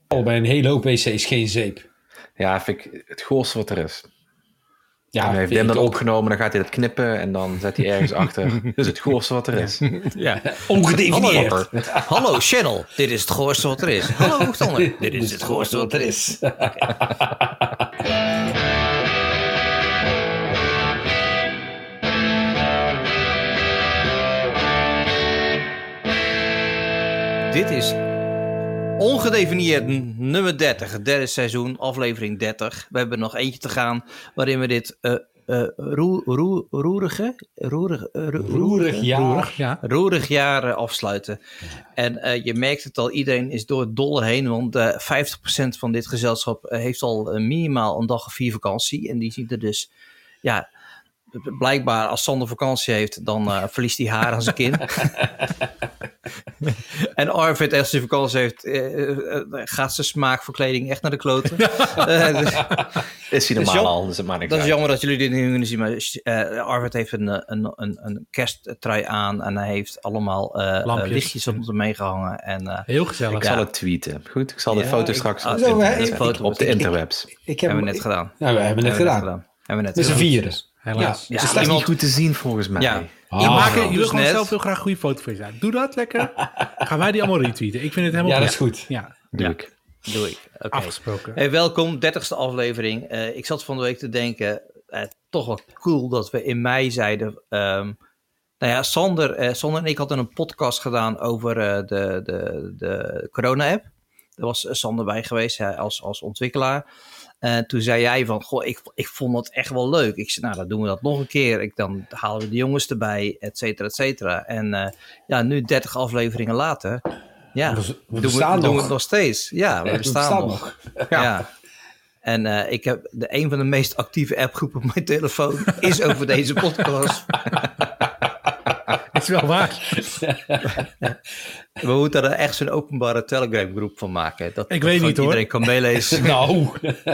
Al bij een hele hoop wc's geen zeep. Ja, vind ik het goorste wat er is. Ja, en hij heeft vind hem ik dan ook. opgenomen, dan gaat hij dat knippen en dan zet hij ergens achter. Dus het goorste wat er is. Ja. Ongedefinieerd. Hallo Channel, dit is het goorste wat er is. Hallo Sander, dit is het goorste wat er is. Dit is ongedefinieerd nummer 30, het derde seizoen, aflevering 30. We hebben nog eentje te gaan waarin we dit roerig jaar afsluiten. En je merkt het al, iedereen is door het dolle heen, want 50% van dit gezelschap heeft al minimaal een dag of 4 vakantie. En die ziet er dus, ja, blijkbaar als Sander vakantie heeft, dan verliest hij haar aan zijn kin. En Arvid, als hij vakantie heeft, gaat zijn smaak voor kleding echt naar de kloten. Is hij normaal al, dus het maakt niks Dat is uit. jammer dat jullie dit niet kunnen zien, maar Arvid heeft een kersttrui aan en hij heeft allemaal lichtjes op hem meegehangen. En, heel gezellig. Ik zal het tweeten. Goed, ik zal de foto straks op de interwebs. Hebben we net gedaan. Ja, we hebben het net gedaan. Met z'n vieren. Helaas. Ja, ze staat niet goed te zien volgens mij. Ja. Je wil gewoon zelf heel graag een goede foto van je zijn. Doe dat lekker. Gaan wij die allemaal retweeten. Ik vind het helemaal dat is goed. Ja. Doe ik. Okay. Afgesproken. Hey, welkom, 30ste aflevering. Ik zat van de week te denken, toch wel cool dat we in mei zeiden. Sander en ik hadden een podcast gedaan over de corona-app. Daar was Sander bij geweest als ontwikkelaar. Toen zei jij van, goh, ik vond het echt wel leuk. Ik zei, dan doen we dat nog een keer. Dan halen we de jongens erbij, et cetera, et cetera. En nu 30 afleveringen later, we bestaan doen we het nog steeds. Ja, we bestaan nog. Ja. Ja. En ik heb een van de meest actieve appgroepen op mijn telefoon is over deze podcast. Is wel waar. We moeten er echt zo'n openbare Telegram groep van maken. Dat ik weet niet hoor. Iedereen kan meelezen. Nou.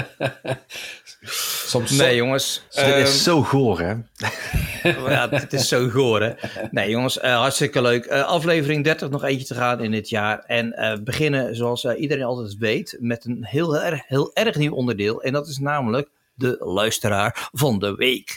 Nee jongens. Dit is zo goor hè. Ja, het is zo goor hè. Nee jongens, hartstikke leuk. Aflevering 30 nog eentje te gaan in dit jaar. En beginnen zoals iedereen altijd weet met een heel erg nieuw onderdeel. En dat is namelijk de luisteraar van de week.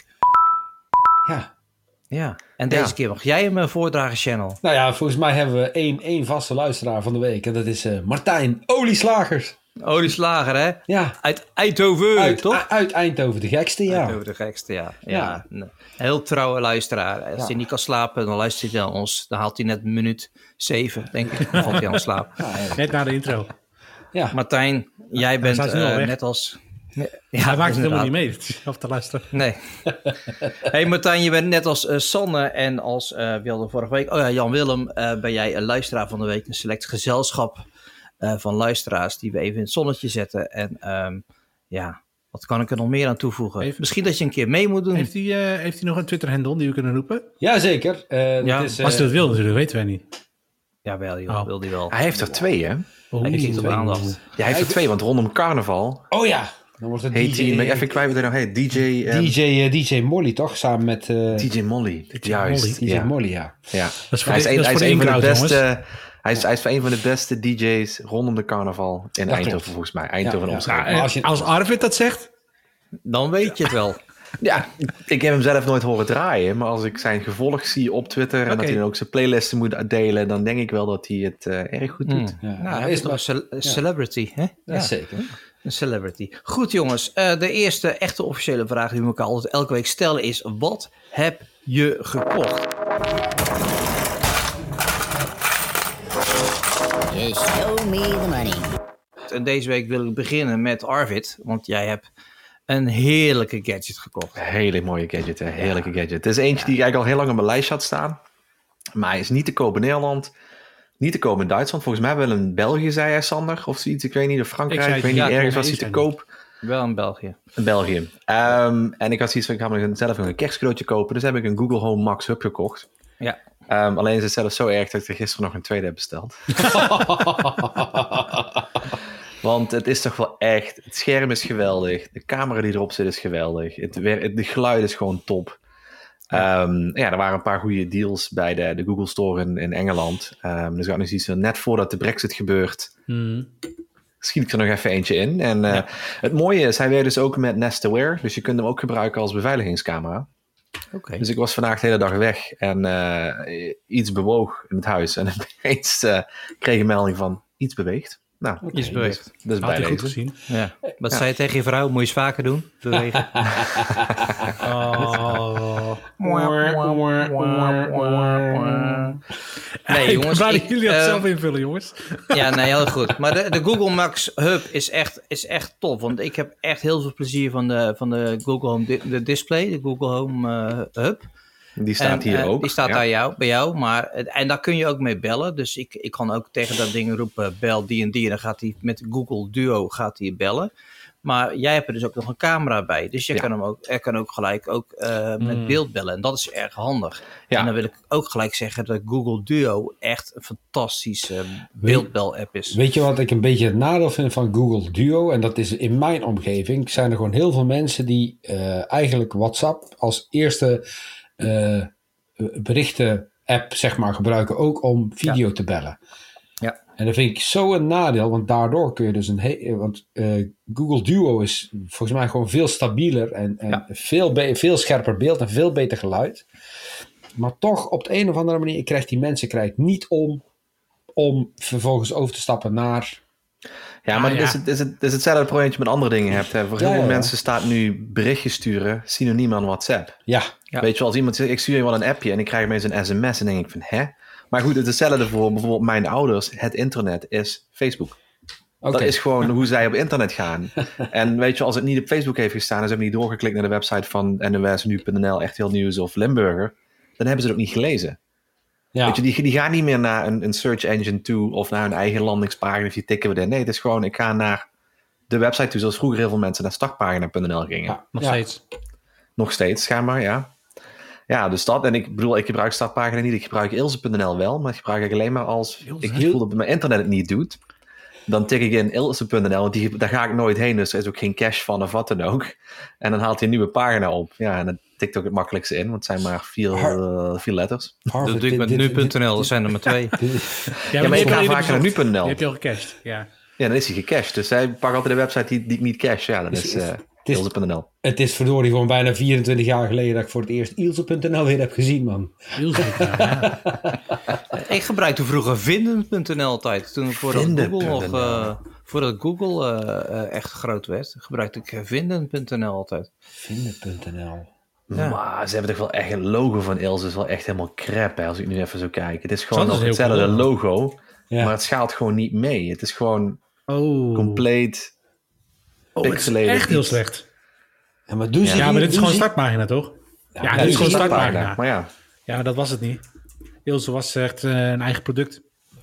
Ja, en deze keer mag jij hem voordragen, Channel. Nou ja, volgens mij hebben we één vaste luisteraar van de week. En dat is Martijn Olieslagers. Olieslager, hè? Ja. Uit Eindhoven, toch? Uit Eindhoven, de gekste, ja. Eindhoven, de gekste, ja. Een heel trouwe luisteraar. Als hij niet kan slapen, dan luistert hij naar ons. Dan haalt hij net minuut 7, denk ik. Dan valt hij aan het slapen. Net na de intro. Ja. Wie jij bent net als... Ja, hij maakt het helemaal niet mee. Of te luisteren. Nee. Hey Martijn, je bent net als Sanne en als we hadden vorige week. Jan Willem, ben jij een luisteraar van de week. Een select gezelschap van luisteraars die we even in het zonnetje zetten. En wat kan ik er nog meer aan toevoegen? Misschien dat je een keer mee moet doen. Heeft hij nog een Twitter-handle die we kunnen roepen? Jazeker. Als hij dat wil natuurlijk, weten wij niet. Jawel, joh, wil hij wel. Hij heeft er 2 hè. Hij heeft niet op aandacht. Ja, hij heeft er 2, want rondom carnaval... Oh ja. Dan wordt het even kwijt wat hij nou heet. DJ Molly, toch? Samen met... DJ Molly. Juist. DJ Molly, ja. Ja. Dat is voor een van de beste... Hij is een van de beste DJ's rondom de carnaval in Eindhoven, volgens mij. Eindhoven omschrijven. Als Arvid dat zegt... Dan weet je het wel. Ja, ik heb hem zelf nooit horen draaien. Maar als ik zijn gevolg zie op Twitter... en dat hij dan ook zijn playlisten moet delen... dan denk ik wel dat hij het erg goed doet. Hij is toch een celebrity, hè? Ja, zeker. Een celebrity. Goed jongens, de eerste echte officiële vraag die we elkaar altijd elke week stellen is... Wat heb je gekocht? Just show me the money. En deze week wil ik beginnen met Arvid, want jij hebt een heerlijke gadget gekocht. Hele mooie gadget, hè? Heerlijke gadget. Het is eentje die ik eigenlijk al heel lang op mijn lijst had staan. Maar hij is niet te koop in Nederland. Niet te koop in Duitsland. Volgens mij wel in België, zei hij, Sander. Of zoiets. Ik weet niet. Of Frankrijk. Ik weet niet. Ergens was hij te koop. Wel in België. In België. En ik had zoiets van, ik ga zelf nog een kerstcadeautje kopen. Dus heb ik een Google Home Max Hub gekocht. Ja. Alleen is het zelfs zo erg dat ik er gisteren nog een tweede heb besteld. Want het is toch wel echt... Het scherm is geweldig. De camera die erop zit is geweldig. De geluid is gewoon top. Er waren een paar goede deals bij de Google Store in Engeland. Dus ik had nu zoiets van, net voordat de Brexit gebeurt... schiet ik er nog even eentje in. En het mooie is, hij werkt dus ook met Nest Aware. Dus je kunt hem ook gebruiken als beveiligingscamera. Okay. Dus ik was vandaag de hele dag weg en iets bewoog in het huis. En opeens kreeg ik een melding van iets beweegt. Nou, iets beweegt. Dus had hij goed gezien. Ja. Wat zei je tegen je vrouw? Moet je eens vaker doen? Bewegen. Nee, jongens. Waar jullie dat zelf invullen, jongens. Ja, nee, heel goed. Maar de Google Max Hub is echt tof. Want ik heb echt heel veel plezier van de Google Home de display. De Google Home Hub. Die staat hier ook. Die staat bij jou. En daar kun je ook mee bellen. Dus ik kan ook tegen dat ding roepen, bel die en die. En dan gaat hij met Google Duo bellen. Maar jij hebt er dus ook nog een camera bij. Dus je kan ook gelijk met beeld bellen. En dat is erg handig. Ja. En dan wil ik ook gelijk zeggen dat Google Duo echt een fantastische beeldbel-app is. Weet je wat ik een beetje het nadeel vind van Google Duo? En dat is in mijn omgeving. Zijn er gewoon heel veel mensen die eigenlijk WhatsApp als eerste berichten-app zeg maar gebruiken. Ook om video te bellen. Ja. En dat vind ik zo een nadeel, want daardoor kun je dus Google Duo is volgens mij gewoon veel stabieler en veel scherper beeld en veel beter geluid. Maar toch op de een of andere manier krijgt die mensen niet om vervolgens over te stappen naar... Ja, maar het is hetzelfde probleempje met andere dingen hebt. Hè. Voor heel veel mensen staat nu berichtjes sturen synoniem aan WhatsApp. Ja. Weet je, als iemand zegt, ik stuur je wel een appje en ik krijg ineens een sms en denk ik van, hè? Maar goed, het is hetzelfde voor bijvoorbeeld mijn ouders. Het internet is Facebook. Okay. Dat is gewoon hoe zij op internet gaan. En weet je, als het niet op Facebook heeft gestaan... en ze hebben niet doorgeklikt naar de website van NOS.nu.nl, Echt Heel Nieuws of Limburger... dan hebben ze het ook niet gelezen. Ja. Weet je, die gaan niet meer naar een search engine toe... of naar hun eigen landingspagina of die tikken we er. Nee, het is gewoon, ik ga naar de website toe... zoals vroeger heel veel mensen naar startpagina.nl gingen. Ja, nog steeds. Nog steeds, schijnbaar, ja. Ja, dus dat. En ik bedoel, ik gebruik startpagina niet. Ik gebruik ilse.nl wel, maar ik gebruik ik alleen maar als... ik voel dat mijn internet het niet doet. Dan tik ik in ilse.nl, want daar ga ik nooit heen. Dus er is ook geen cache van of wat dan ook. En dan haalt hij een nieuwe pagina op. Ja, en dan tikt ook het makkelijkste in, want het zijn maar vier letters. Dat doe ik met nu.nl, dat zijn er maar 2. Maar ik ga vaak naar nu.nl. Die heb je al gecached, ja. Ja, dan is hij gecached. Dus hij pakt altijd de website die ik niet cache. Ja, dat is... Ilse.nl. Het is verdorie gewoon bijna 24 jaar geleden dat ik voor het eerst Ilse.nl weer heb gezien, man. Ik gebruikte vroeger Vinden.nl altijd. Toen voordat Google echt groot werd, gebruikte ik Vinden.nl altijd. Vinden.nl. Ja. Maar ze hebben toch wel echt een logo van Ilse. Dat is wel echt helemaal crap, hè, als ik nu even zo kijk. Het is gewoon nog hetzelfde logo, maar het schaalt gewoon niet mee. Het is gewoon compleet... het is echt heel slecht. Ja, maar dit is gewoon startpagina, toch? Ja, dit is gewoon startpagina. Maar ja, dat was het niet. Ilse was echt een eigen product.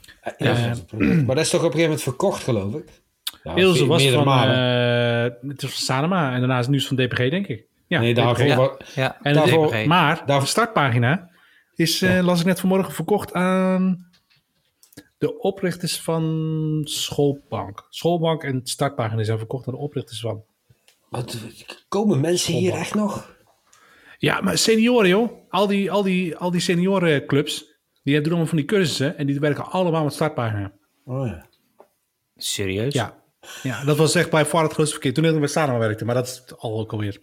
Maar dat is toch op een gegeven moment verkocht, geloof ik? Ja, Ilse was van... het is van Sanoma en daarna is het nieuws van DPG, denk ik. Ja, nee, daarvoor... En daarvoor, maar de startpagina is, las ik net vanmorgen, verkocht aan... de oprichters van Schoolbank. Schoolbank en startpagina zijn verkocht aan de oprichters van. Wat, komen mensen Schoolbank hier echt nog? Ja, maar senioren, joh. Al die seniorenclubs, die doen allemaal van die cursussen en die werken allemaal met startpagina. Oh ja. Serieus? Ja, dat was echt bij far het grootste verkeer. Toen ik met Sanoma werkte, maar dat is al ook alweer.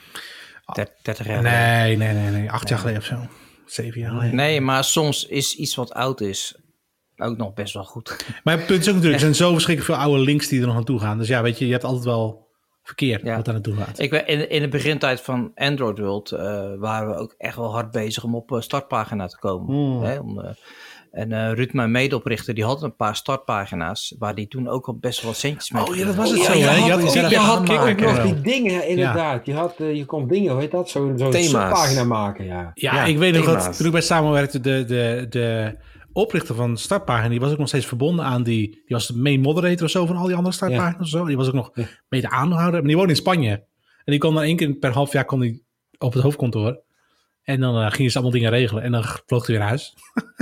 30 jaar Nee. 8 jaar geleden of zo. 7 jaar geleden. Nee, maar soms is iets wat oud is... ook nog best wel goed. Maar het punt is ook natuurlijk, er zijn zo verschrikkelijk veel oude links die er nog aan toe gaan. Dus ja, weet je hebt altijd wel verkeer wat daar naartoe gaat. In de begintijd van Android World waren we ook echt wel hard bezig om op startpagina te komen. Hè, Ruud, mijn medeoprichter, die had een paar startpagina's waar die toen ook al best wel centjes mee. Oh ja, dat was het zo. Je had nog die dingen, inderdaad. Je kon dingen, hoe heet dat? Zo'n subpagina maken, Ja, ik weet nog dat toen ik bij samenwerkte, de oprichter van startpagina, die was ook nog steeds verbonden aan die was de main moderator of zo van al die andere startpagina's of zo. Die was ook nog mede aanhouder, maar die woonde in Spanje. En die kon dan 1 keer per half jaar op het hoofdkantoor. En dan gingen ze allemaal dingen regelen en dan vloog hij weer naar huis.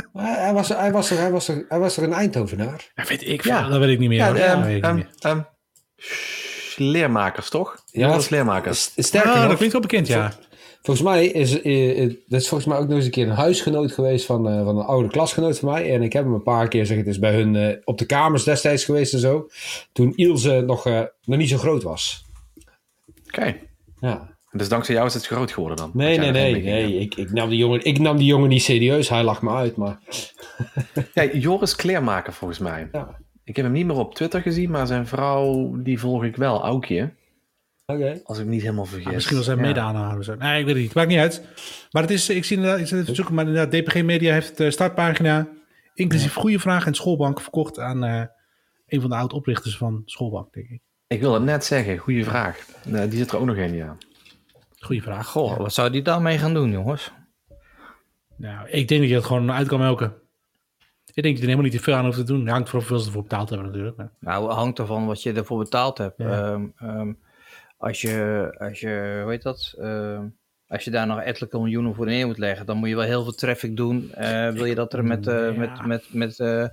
Hij was er een Eindhovenaar. Ja, weet ik veel, dat weet ik niet meer. Leermakers, toch? Ja, dat is leermakers. Sterker nog, dat klinkt wel bekend, ja. volgens mij is dat is volgens mij ook nog eens een keer een huisgenoot geweest van een oude klasgenoot van mij. En ik heb hem een paar keer, het is bij hun op de kamers destijds geweest en zo. Toen Ilse nog niet zo groot was. Oké. Ja. Dus dankzij jou is het groot geworden dan? Nee. Ik nam die jongen niet serieus. Hij lacht me uit, maar... Ja, Joris Kleermaker volgens mij. Ja. Ik heb hem niet meer op Twitter gezien, maar zijn vrouw, die volg ik wel, Aukje. Oké. Als ik me niet helemaal vergis. Misschien was hij mede-aanhanger. Zo. Nee, ik weet het niet. Maakt niet uit. Maar het is, ik zie inderdaad, ik zit even zoeken, maar inderdaad, DPG Media heeft de startpagina, inclusief Goede Vraag en Schoolbank, verkocht aan een van de oud-oprichters van Schoolbank, denk ik. Ik wil het net zeggen, goede vraag. Die zit er ook nog in, ja. Goeie vraag. Goh, wat zou die daarmee gaan doen, jongens? Nou, ik denk dat je het gewoon uit kan melken. Ik denk dat je er helemaal niet te veel aan hoeft te doen. Het hangt voor hoeveel ze ervoor betaald hebben natuurlijk. Maar... Nou, het hangt ervan wat je ervoor betaald hebt. Ja. Als je, hoe heet dat? Als je daar nog ettelijke miljoenen voor neer moet leggen, dan moet je wel heel veel traffic doen. Wil je dat er met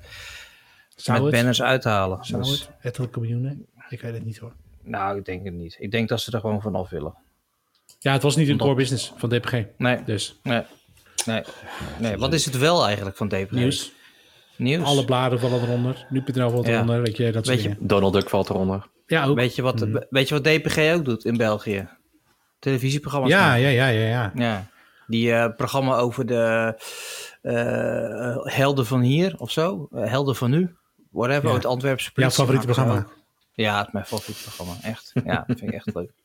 banners uithalen? Zou het? Ettelijke miljoenen? Ik weet het niet hoor. Nou, ik denk het niet. Ik denk dat ze er gewoon vanaf willen. Ja, het was niet een core business van DPG. Nee. Dus. Nee. Wat is het wel eigenlijk van DPG? Nieuws. Alle bladen vallen eronder. Nu.nl valt eronder. Weet je, dat soort dingen. Donald Duck valt eronder. Ja, ook. Weet je wat DPG ook doet in België? Televisieprogramma's. Ja. Die programma over de helden van hier of zo. Helden van nu. Whatever, het Antwerpse politie. Jouw favoriete programma? Ook. Ja, het is mijn favoriete programma. Echt. Ja, dat vind ik echt leuk.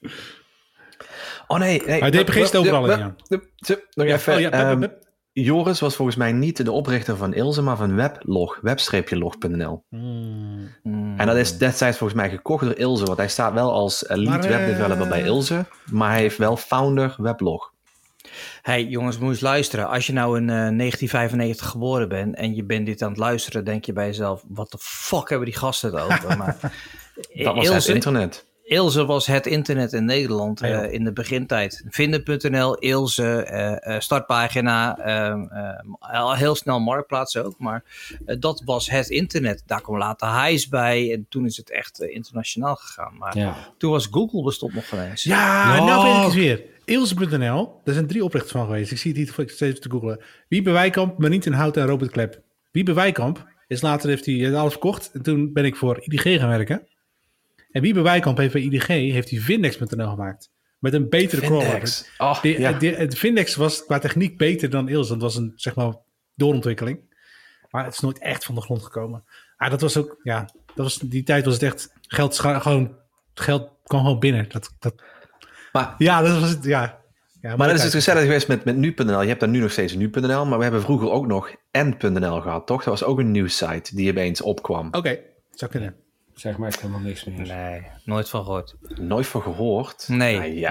Oh nee. Maar DPG is overal in, ja. Nog even. Joris was volgens mij niet de oprichter van Ilse, maar van Weblog, web-log.nl. En dat is destijds volgens mij gekocht door Ilse, want hij staat wel als lead webdeveloper bij Ilse, maar hij heeft wel founder Weblog. Hey jongens, moet je eens luisteren. Als je nou in 1995 geboren bent en je bent dit aan het luisteren, denk je bij jezelf, wat de fuck hebben die gasten het over? Maar dat was het internet. Ilse was het internet in Nederland in de begintijd. Vinden.nl, Ilse, startpagina, al heel snel Marktplaats ook. Maar dat was het internet. Daar kwam later Hives bij en toen is het echt internationaal gegaan. Maar toen was Google bestond nog geen eens. Nou weet ik het weer. Ilse.nl, daar zijn 3 oprichters van geweest. Ik zie het hier steeds te googlen. Wiebe Wijkamp, Mariet ten Hout en Robert Klep. Wiebe Wijkamp is later heeft hij alles verkocht. En toen ben ik voor IDG gaan werken. En Wiebe Wijkamp heeft bij IDG heeft hij Vindex.nl gemaakt. Met een betere crawler. Het Vindex was qua techniek beter dan Ilse. Dat was een, zeg maar, doorontwikkeling. Maar het is nooit echt van de grond gekomen. Dat was ook, die tijd was het echt, geld kwam gewoon binnen. Dat was het, maar dat is het gezellig geweest met nu.nl. Je hebt daar nu nog steeds nu.nl, maar we hebben vroeger ook nog n.nl gehad, toch? Dat was ook een nieuwssite die opeens opkwam. Oké, zou kunnen. Zeg maar echt helemaal niks meer. Nee, nooit van gehoord. Nooit van gehoord? Nee.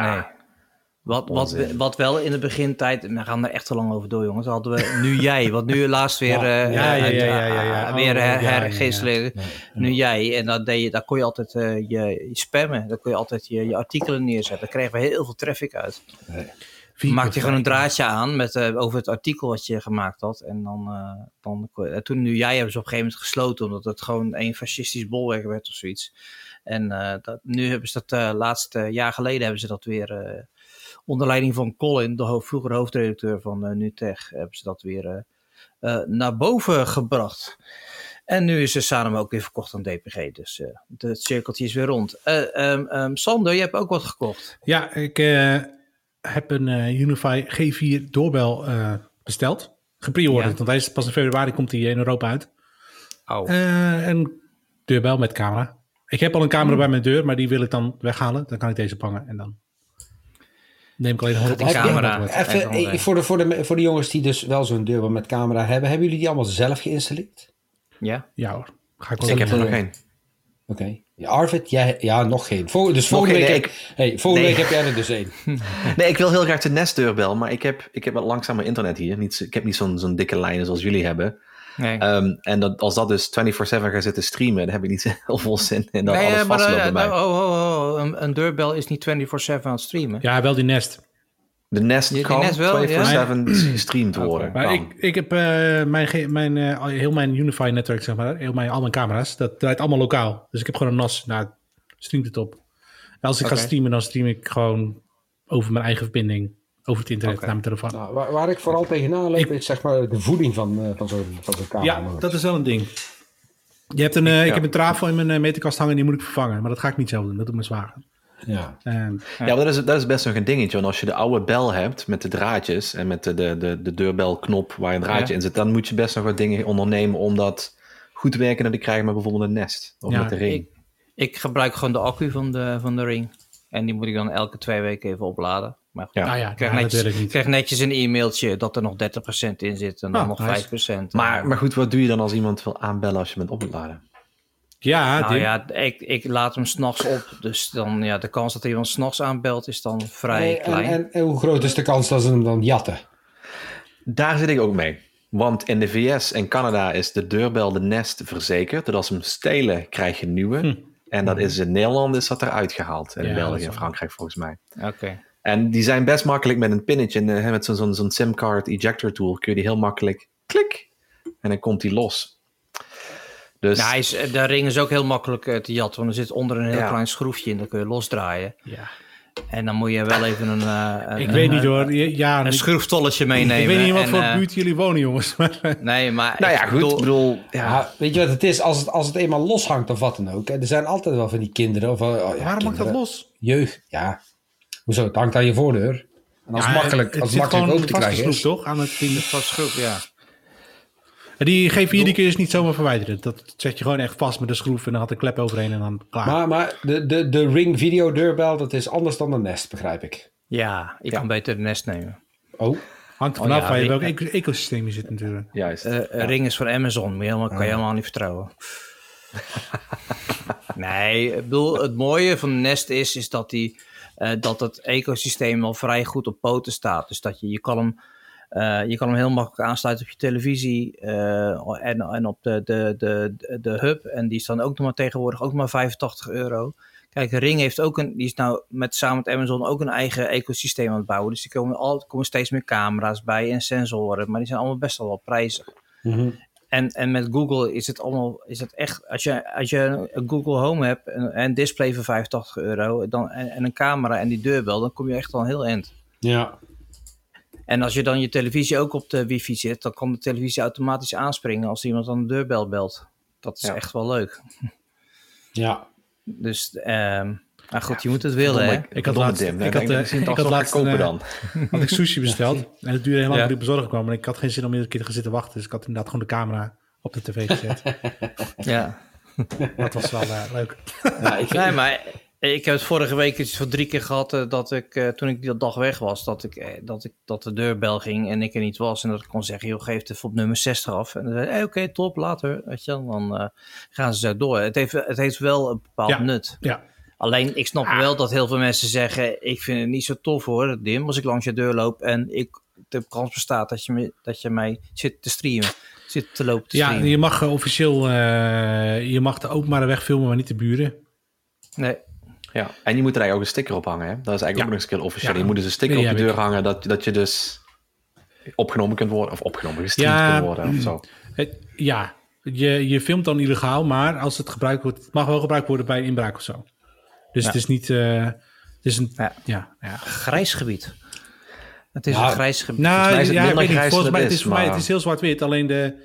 Wat wel in de begintijd, we gaan er echt te lang over door, jongens. Hadden we Nu Jij, wat nu laatst weer hergeesteld. Nu Jij, en daar kon je altijd je spammen. Daar kon je altijd je artikelen neerzetten. Daar kregen we heel veel traffic uit. Maakte je gewoon een draadje aan met, over het artikel wat je gemaakt had. En toen Nu Jij hebben ze op een gegeven moment gesloten, omdat het gewoon een fascistisch bolwerk werd of zoiets. En nu hebben ze dat laatste jaar geleden hebben ze dat weer onder leiding van Colin, de vroeger hoofdredacteur van NuTech, hebben ze dat weer naar boven gebracht. En nu is Sanoma ook weer verkocht aan DPG. Dus het cirkeltje is weer rond. Sander, je hebt ook wat gekocht. Ja, ik heb een Unify G4 doorbel besteld. Gepreorderd, want hij is pas in februari komt hij in Europa uit. Een deurbel met camera. Ik heb al een camera bij mijn deur, maar die wil ik dan weghalen. Dan kan ik deze pangen en dan neem ik alleen de camera. Even voor de jongens die dus wel zo'n deurbel met camera hebben jullie die allemaal zelf geïnstalleerd? Ja hoor. Ik heb er nog geen. Oké. Arvid, jij nog geen. Volgende week heb jij er dus één. Nee, ik wil heel graag de Nest deurbel, maar ik heb wat langzamer internet hier. Ik heb niet zo'n dikke lijnen zoals jullie hebben. Nee. En als dat dus 24/7 gaat zitten streamen, dan heb ik niet heel veel zin in dat alles vastloopt bij mij. Een deurbel is niet 24/7 aan het streamen. Ja, wel die Nest. De Nest kan 24/7 gestreamd worden. Maar ik heb heel mijn Unify-netwerk, zeg maar, al mijn camera's, dat draait allemaal lokaal. Dus ik heb gewoon een NAS, streamt het op. En als ik ga streamen, dan stream ik gewoon over mijn eigen verbinding, over het internet naar mijn telefoon. Nou, waar ik vooral tegenaan loop is zeg maar de voeding van zo'n camera. Ja, dat is wel een ding. Je hebt ik heb een trafo in mijn meterkast hangen, die moet ik vervangen. Maar dat ga ik niet zelf doen, dat doet mijn zwager. Ja, maar dat is best nog een dingetje. Want als je de oude bel hebt met de draadjes en met de deurbelknop waar een draadje in zit, dan moet je best nog wat dingen ondernemen om dat goed werkende te krijgen met bijvoorbeeld een Nest of met de Ring. Ik gebruik gewoon de accu van de Ring. En die moet ik dan elke 2 weken even opladen. Maar goed, ik krijg netjes een e-mailtje dat er nog 30% in zit en dan nog 5%. Maar goed, wat doe je dan als iemand wil aanbellen als je bent opladen? Ja, ik laat hem 's nachts op. Dus dan, de kans dat iemand 's nachts aanbelt is dan vrij klein. En hoe groot is de kans dat ze hem dan jatten? Daar zit ik ook mee. Want in de VS en Canada is de deurbel de Nest verzekerd. Dus als ze hem stelen, krijg je een nieuwe. En dat is in Nederland is dat eruit gehaald. En in België en Frankrijk volgens mij. Oké. En die zijn best makkelijk met een pinnetje. Met zo'n SIM-card ejector tool kun je die heel makkelijk klik. En dan komt die los. Dus... de Ring is ook heel makkelijk te jatten. Want er zit onder een heel klein schroefje in. Dat kun je losdraaien. Ja. En dan moet je wel even een schroeftolletje meenemen. Ik weet niet wat voor buurt jullie wonen, jongens. Nee, maar... Nou ja, goed. Ik bedoel... Ja, weet je wat het is? Als het eenmaal loshangt of wat dan ook. Er zijn altijd wel van die kinderen. Waarom hangt dat los? Jeugd, ja. Hoezo? Het hangt aan je voordeur. En als makkelijk open te krijgen is. Toch? Aan het ding. Vastgeschroefd, ja. Die G4 die kun je dus niet zomaar verwijderen. Dat zet je gewoon echt vast met een schroef en dan had een klep overheen en dan klaar. Maar de Ring video deurbel, dat is anders dan de Nest, begrijp ik. Ja, ik kan beter de Nest nemen. Oh. Hangt er vanaf waar je welk ecosysteem je zit natuurlijk. Juist. Ring is voor Amazon, maar kan je helemaal niet vertrouwen. Nee, ik bedoel, het mooie van de Nest is dat dat het ecosysteem al vrij goed op poten staat. Dus dat je kan hem heel makkelijk aansluiten op je televisie en op de hub. En die is dan ook nog maar tegenwoordig ook maar €85. Kijk, Ring heeft die is nou samen met Amazon ook een eigen ecosysteem aan het bouwen. Dus die komen steeds meer camera's bij en sensoren. Maar die zijn allemaal best wel prijzig. Mm-hmm. En met Google is het echt, als je een Google Home hebt en display voor €85 en een camera en die deurbel, dan kom je echt wel een heel eind. Ja. En als je dan je televisie ook op de wifi zit, dan kan de televisie automatisch aanspringen als iemand aan de deurbel belt. Dat is echt wel leuk. Ja. Dus, maar goed, je moet het willen, hè? Ik had laatst had ik sushi besteld. En het duurde heel lang voordat ik bezorgd kwam. En ik had geen zin om iedere keer te gaan zitten wachten. Dus ik had inderdaad gewoon de camera op de tv gezet. Ja. Dat was wel leuk. Nee, maar ik heb het vorige week eens voor 3 keer gehad dat ik, toen ik die dag weg was, dat de deurbel ging en ik er niet was. En dat ik kon zeggen, joh, geef het op nummer 60 af. En dan zei hij, oké, top, later. Weet je, dan gaan ze zo door. Het heeft wel een bepaald nut. Ja. Alleen, ik snap wel dat heel veel mensen zeggen, ik vind het niet zo tof hoor, Dim, als ik langs je deur loop en de kans bestaat dat je mij zit te streamen. Zit te lopen te streamen. Ja, je mag officieel, je mag de openbare weg filmen, maar niet de buren. Nee. Ja, en je moet er eigenlijk ook een sticker op hangen. Hè? Dat is eigenlijk ook nog eens een keer officieel. Je moet dus een sticker op je deur hangen dat je dus opgenomen kunt worden of gestreamd kunt worden of zo. Je filmt dan illegaal, maar als het gebruikt wordt, het mag wel gebruikt worden bij een inbraak of zo. Dus het is niet, het is een grijs gebied. Het is een grijs gebied. Nou, volgens mij het is heel zwart-wit. Alleen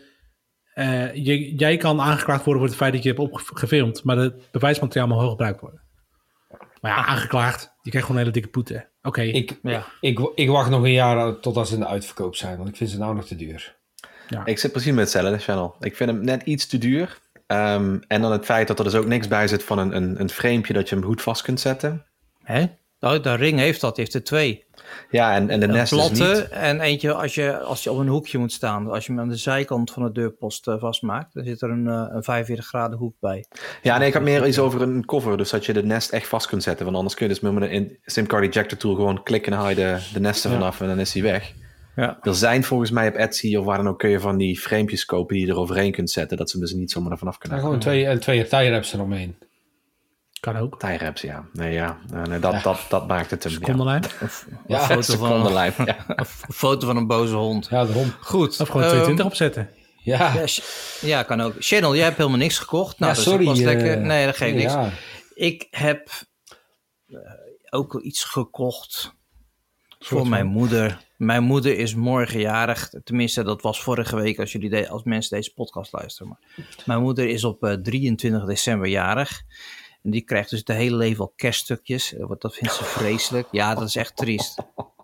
jij kan aangeklaagd worden voor het feit dat je hebt opgefilmd, maar het bewijsmateriaal mag wel gebruikt worden. Maar ja, aangeklaagd. Je krijgt gewoon hele dikke poeten. Oké. Ik wacht nog een jaar totdat ze in de uitverkoop zijn, want ik vind ze nou nog te duur. Ja. Ik zit precies met hetzelfde, Channel. Ik vind hem net iets te duur. En dan het feit dat er dus ook niks bij zit van een framepje dat je hem goed vast kunt zetten. Hè? De Ring heeft er 2. Ja, en de Nest is niet. En eentje als je op een hoekje moet staan. Als je hem aan de zijkant van de deurpost vastmaakt, dan zit er een 45 graden hoek bij. Ja, nee, ik had meer iets over een cover. Dus dat je de Nest echt vast kunt zetten. Want anders kun je dus met een SIM-card ejector tool gewoon klikken en haal je de Nest er vanaf en dan is hij weg. Ja. Er zijn volgens mij op Etsy of waar dan ook kun je van die framepjes kopen die je er overheen kunt zetten. Dat ze hem dus niet zomaar er vanaf kunnen. Gewoon twee tie-wraps eromheen. Kan ook. Tie-wraps, ja. Dat maakt het hem. Secondenlijm. Een foto van een boze hond. Ja, daarom. Goed. Of gewoon 22 opzetten. Ja, kan ook. Channel, jij hebt helemaal niks gekocht. Nou, sorry. Dat lekker. Nee, dat geeft niks. Ja. Ik heb ook iets gekocht. Voor mijn moeder. Mijn moeder is morgen jarig. Tenminste, dat was vorige week als mensen deze podcast luisteren. Maar mijn moeder is op 23 december jarig. En die krijgt dus de hele leven al kerststukjes. Dat vindt ze vreselijk. Ja, dat is echt triest.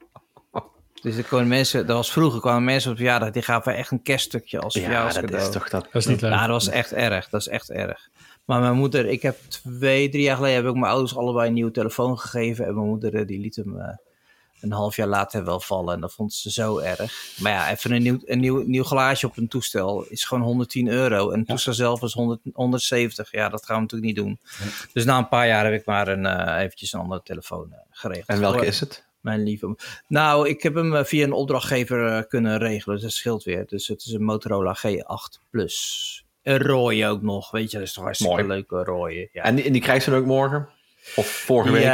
Dus kwamen mensen op verjaardag, die gaven echt een kerststukje als verjaardagscadeau. Dat is toch dat. Dat is niet leuk. Ja, dat was echt erg. Maar mijn moeder, ik heb 2-3 jaar geleden heb ik mijn ouders allebei een nieuwe telefoon gegeven. En mijn moeder die liet hem een half jaar later wel vallen. En dat vond ze zo erg. Maar ja, even een nieuw glaasje op een toestel is gewoon €110. En het toestel zelf is 170. Ja, dat gaan we natuurlijk niet doen. Ja. Dus na een paar jaar heb ik maar eventjes een andere telefoon geregeld. En welke is het? Mijn lieve. Nou, ik heb hem via een opdrachtgever kunnen regelen. Dus dat scheelt weer. Dus het is een Motorola G8 Plus. Een rode ook nog. Weet je, dat is toch hartstikke leuke rode. Ja. En die krijgt ze dan ook morgen? Of vorige week?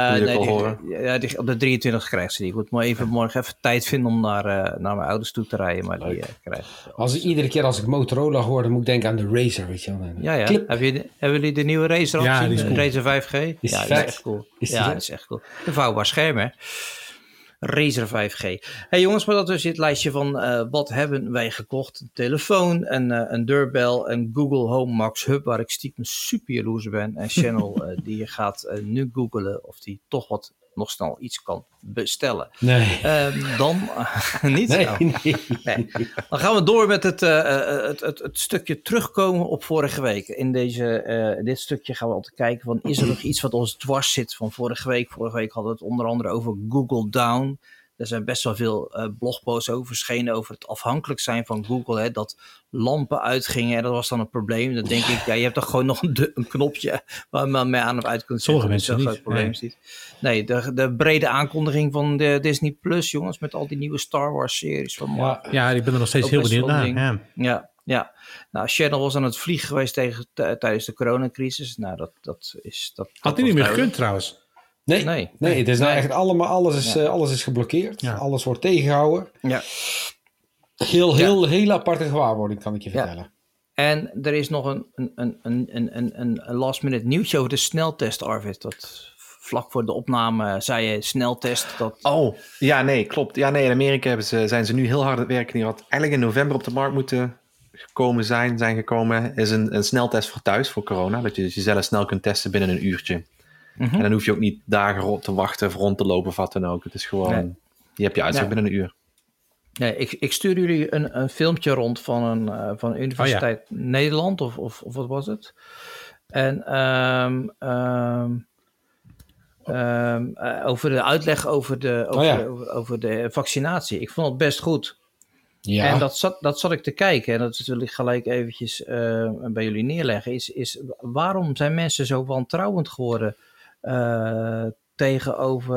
Ja, op de 23 krijgt ze die. Ik moet morgen even tijd vinden om naar mijn ouders toe te rijden. Maar die krijgt Iedere keer als ik Motorola hoor, dan moet ik denken aan de Razer. Weet je wel. Ja. Hebben jullie de nieuwe Razer al gezien? Die Razer 5G? Die is echt cool. Dat is echt cool. Een vouwbaar scherm, hè? Razer 5G. Hey jongens, maar dat is het lijstje van wat hebben wij gekocht. Een telefoon, een deurbel, een Google Home Max Hub, waar ik stiekem super jaloers ben. En Channel, die gaat nu googlen of die toch nog snel iets kan bestellen. Nee. Dan niet? Nee. Dan gaan we door met het stukje terugkomen op vorige week. In dit stukje gaan we altijd kijken van, is er nog iets wat ons dwars zit van vorige week? Vorige week hadden we het onder andere over Google Down. Er zijn best wel veel blogposts over verschenen over het afhankelijk zijn van Google. Hè, dat lampen uitgingen en dat was dan een probleem. Dan denk ik, je hebt toch gewoon nog een knopje waar men mee aan of uit kunt zetten. Sommige mensen niet. Nee, de brede aankondiging van de Disney Plus, jongens, met al die nieuwe Star Wars series van Marvel. Ja, ik ben er nog steeds heel benieuwd naar. Ja. Nou, Channel was aan het vliegen geweest tijdens de coronacrisis. Nou, dat had hij niet meer gekund trouwens. Nee, het is nou echt alles is geblokkeerd. Ja. Alles wordt tegengehouden. Ja. Heel aparte gewaarwording, kan ik je vertellen. Ja. En er is nog een last minute nieuwtje over de sneltest, Arvid. Dat vlak voor de opname zei je sneltest. Oh, ja, nee, klopt. Ja, nee, in Amerika zijn ze nu heel hard aan het werken. Die had eigenlijk in november op de markt moeten zijn gekomen. Is een sneltest voor thuis, voor corona. Dat je dus jezelf snel kunt testen binnen een uurtje. Mm-hmm. En dan hoef je ook niet dagen op te wachten of rond te lopen of wat dan ook. Het is gewoon, je hebt je uitslag binnen een uur. Nee, ik stuur jullie een filmpje rond van een Universiteit Nederland of wat was het? En over de uitleg over de vaccinatie. Ik vond het best goed. Ja. En dat zat ik te kijken. En dat wil ik gelijk eventjes bij jullie neerleggen. Is waarom zijn mensen zo wantrouwend geworden tegenover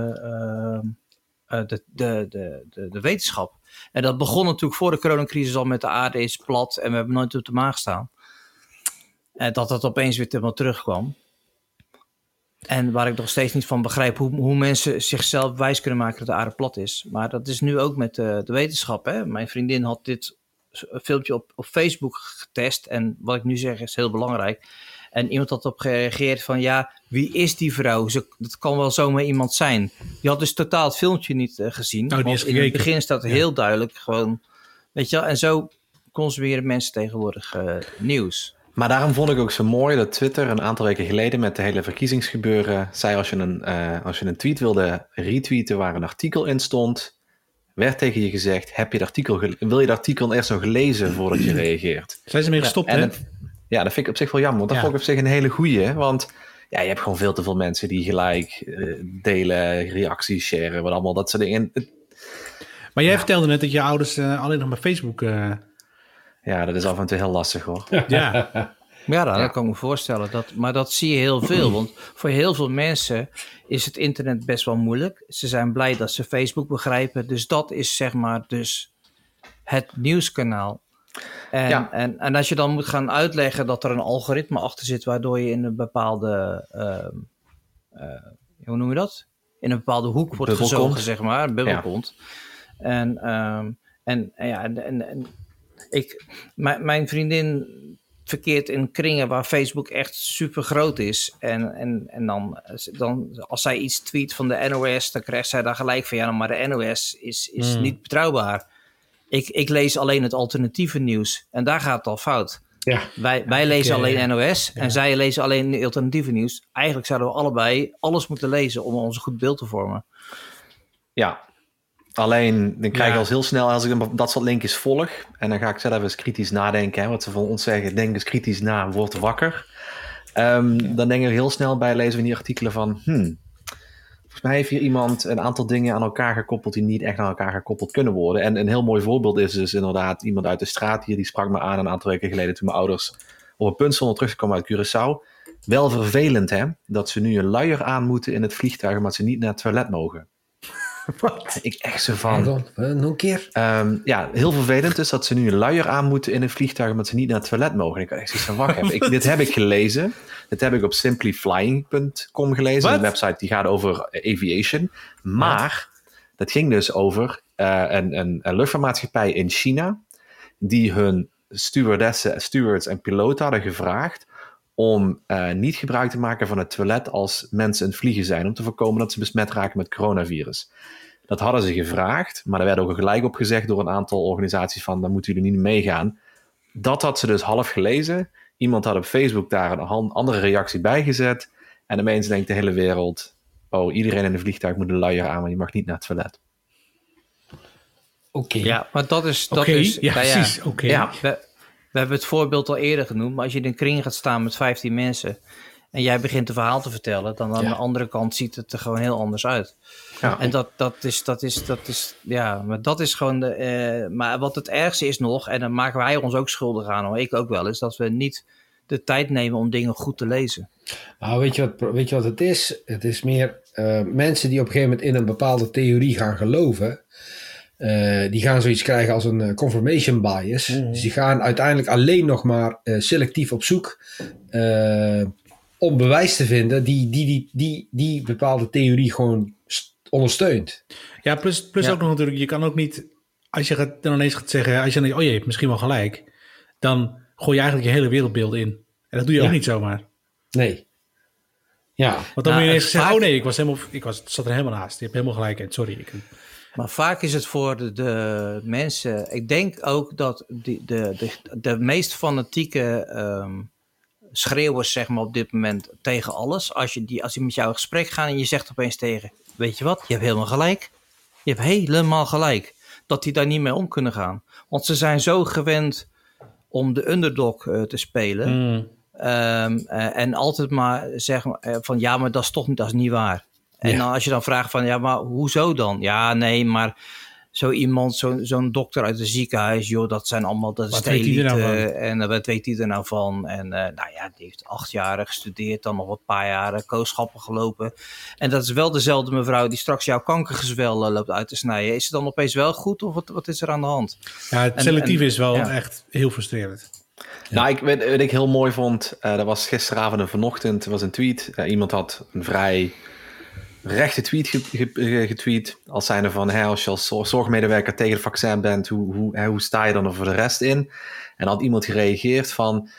de wetenschap? En dat begon natuurlijk voor de coronacrisis al met de aarde is plat en we hebben nooit op de maag staan. En dat opeens weer helemaal terugkwam. En waar ik nog steeds niet van begrijp hoe mensen zichzelf wijs kunnen maken dat de aarde plat is. Maar dat is nu ook met de wetenschap. Hè? Mijn vriendin had dit filmpje op Facebook getest. En wat ik nu zeg is heel belangrijk. En iemand had op gereageerd van ja, wie is die vrouw? Dat kan wel zomaar iemand zijn. Die had dus totaal het filmpje niet gezien. Want in het begin staat heel duidelijk gewoon, weet je wel. En zo consumeren mensen tegenwoordig nieuws. Maar daarom vond ik ook zo mooi dat Twitter een aantal weken geleden met de hele verkiezingsgebeuren zei als je een tweet wilde retweeten waar een artikel in stond, werd tegen je gezegd, wil je het artikel eerst nog lezen voordat je reageert? Zijn ze mee gestopt, hè? Ja, dat vind ik op zich wel jammer, want dat vond ik op zich een hele goeie, want ja, je hebt gewoon veel te veel mensen die gelijk delen, reacties sharen, wat allemaal dat soort dingen. Maar jij vertelde net dat je ouders alleen nog maar Facebook... Ja, dat is af en toe heel lastig hoor. Ja, dat kan ik me voorstellen. Maar dat zie je heel veel. Want voor heel veel mensen is het internet best wel moeilijk. Ze zijn blij dat ze Facebook begrijpen. Dus dat is zeg maar dus het nieuwskanaal. En als je dan moet gaan uitleggen dat er een algoritme achter zit, waardoor je in een bepaalde, hoe noem je dat? In een bepaalde hoek wordt gezogen, zeg maar, een bubbel komt. Mijn vriendin verkeert in kringen waar Facebook echt super groot is. En dan als zij iets tweet van de NOS, dan krijgt zij daar gelijk van ja, maar de NOS is niet betrouwbaar. Ik lees alleen het alternatieve nieuws en daar gaat het al fout. Ja. Wij lezen alleen NOS en zij lezen alleen het alternatieve nieuws. Eigenlijk zouden we allebei alles moeten lezen om ons een goed beeld te vormen. Ja, alleen dan krijg ik al heel snel, als ik dat soort linkjes volg, en dan ga ik zelf eens kritisch nadenken, hè, wat ze van ons zeggen, denk eens kritisch na, word wakker. Dan denk ik heel snel bij lezen we die artikelen van, volgens mij heeft hier iemand een aantal dingen aan elkaar gekoppeld die niet echt aan elkaar gekoppeld kunnen worden. En een heel mooi voorbeeld is dus inderdaad iemand uit de straat hier, die sprak me aan een aantal weken geleden toen mijn ouders op een punt stonden terug te komen uit Curaçao. Wel vervelend, hè, dat ze nu een luier aan moeten in het vliegtuig, maar ze niet naar het toilet mogen. Wat? Ik echt zo van... Nog een keer? Heel vervelend dus dat ze nu een luier aan moeten in een vliegtuig, omdat ze niet naar het toilet mogen. Ik echt zo van, wacht even. Dit heb ik gelezen. Dit heb ik op simplyflying.com gelezen. Een website die gaat over aviation. Maar dat ging dus over een luchtvaartmaatschappij in China die hun stewards en piloten hadden gevraagd om niet gebruik te maken van het toilet als mensen aan het vliegen zijn, om te voorkomen dat ze besmet raken met coronavirus. Dat hadden ze gevraagd, maar daar werd ook gelijk op gezegd door een aantal organisaties van, daar moeten jullie niet meegaan. Dat had ze dus half gelezen. Iemand had op Facebook daar een andere reactie bij gezet. En opeens denkt de hele wereld, oh, iedereen in een vliegtuig moet een luier aan, maar je mag niet naar het toilet. Oké. Ja, maar dat is... Ja, precies. Oké. Ja, we hebben het voorbeeld al eerder genoemd, maar als je in een kring gaat staan met 15 mensen en jij begint een verhaal te vertellen, dan aan de andere kant ziet het er gewoon heel anders uit. Ja. En dat is gewoon maar wat het ergste is nog, en dan maken wij ons ook schuldig aan, hoor, ik ook wel, is dat we niet de tijd nemen om dingen goed te lezen. Nou, weet je wat het is? Het is meer mensen die op een gegeven moment in een bepaalde theorie gaan geloven. Die gaan zoiets krijgen als een confirmation bias. Dus die gaan uiteindelijk alleen nog maar selectief op zoek om bewijs te vinden die bepaalde theorie gewoon ondersteunt. Ja, plus ook nog natuurlijk, je kan ook niet, als je dan ineens gaat zeggen, als je dan denkt, je hebt misschien wel gelijk, dan gooi je eigenlijk je hele wereldbeeld in. En dat doe je ook niet zomaar. Nee. Ja. Want dan moet je ineens zeggen, zat er helemaal naast. Je hebt helemaal gelijk. Sorry. Maar vaak is het voor de mensen... Ik denk ook dat de meest fanatieke schreeuwers, zeg maar, op dit moment tegen alles. Als die met jou in gesprek gaan en je zegt opeens tegen... Weet je wat? Je hebt helemaal gelijk. Je hebt helemaal gelijk. Dat die daar niet mee om kunnen gaan. Want ze zijn zo gewend om de underdog te spelen. En altijd maar zeggen van ja, maar dat is niet waar. En dan, als je dan vraagt van, ja, maar hoezo dan? Ja, nee, maar zo iemand, zo'n dokter uit het ziekenhuis, joh, dat zijn allemaal, dat is de elite. En wat weet hij er nou van? En die heeft 8 jaar gestudeerd, dan nog wat paar jaren kooschappen gelopen. En dat is wel dezelfde mevrouw die straks jouw kankergezwel loopt uit te snijden. Is het dan opeens wel goed of wat is er aan de hand? Ja, het selectief is wel echt heel frustrerend. Ja. Nou, wat ik heel mooi vond, dat was gisteravond en vanochtend, was een tweet. Iemand had een vrij rechte tweet getweet, als zijnde van, als je als zorgmedewerker tegen het vaccin bent, hoe sta je dan er voor de rest in? En had iemand gereageerd van,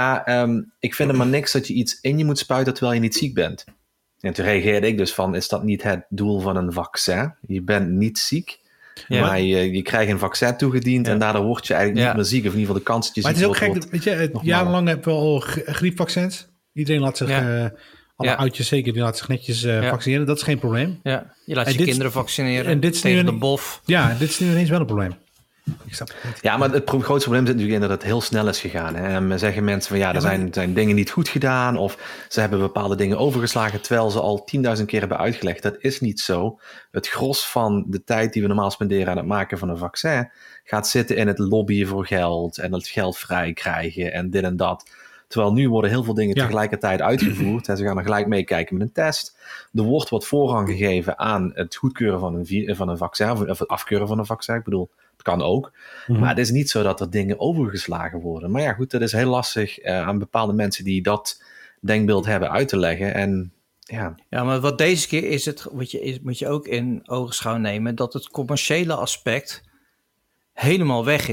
ik vind het maar niks dat je iets in je moet spuiten terwijl je niet ziek bent. En toen reageerde ik dus van, is dat niet het doel van een vaccin? Je bent niet ziek, maar je krijgt een vaccin toegediend en daardoor word je eigenlijk niet meer ziek, of in ieder geval de kans dat je ziek wordt. Maar het is ook gek, weet je, jarenlang hebben we al griepvaccins. Iedereen laat zich... Alle oudjes zeker, die laten zich netjes vaccineren. Dat is geen probleem. Ja, je laat je kinderen vaccineren en dit is tegen de bof. Ja, dit is nu ineens wel een probleem. Ik snap het niet. Ja, maar het grootste probleem zit natuurlijk in dat het heel snel is gegaan. Hè? En zeggen mensen van er zijn dingen niet goed gedaan, of ze hebben bepaalde dingen overgeslagen terwijl ze al 10.000 keer hebben uitgelegd. Dat is niet zo. Het gros van de tijd die we normaal spenderen aan het maken van een vaccin gaat zitten in het lobbyen voor geld en het geld vrij krijgen en dit en dat. Terwijl nu worden heel veel dingen tegelijkertijd uitgevoerd. En ze gaan er gelijk meekijken met een test. Er wordt wat voorrang gegeven aan het goedkeuren van een vaccin. Of het afkeuren van een vaccin. Ik bedoel, het kan ook. Maar het is niet zo dat er dingen overgeslagen worden. Maar ja, goed, dat is heel lastig aan bepaalde mensen die dat denkbeeld hebben uit te leggen. En ja, maar wat deze keer is het, moet je ook in ogenschouw nemen, dat het commerciële aspect helemaal weg is.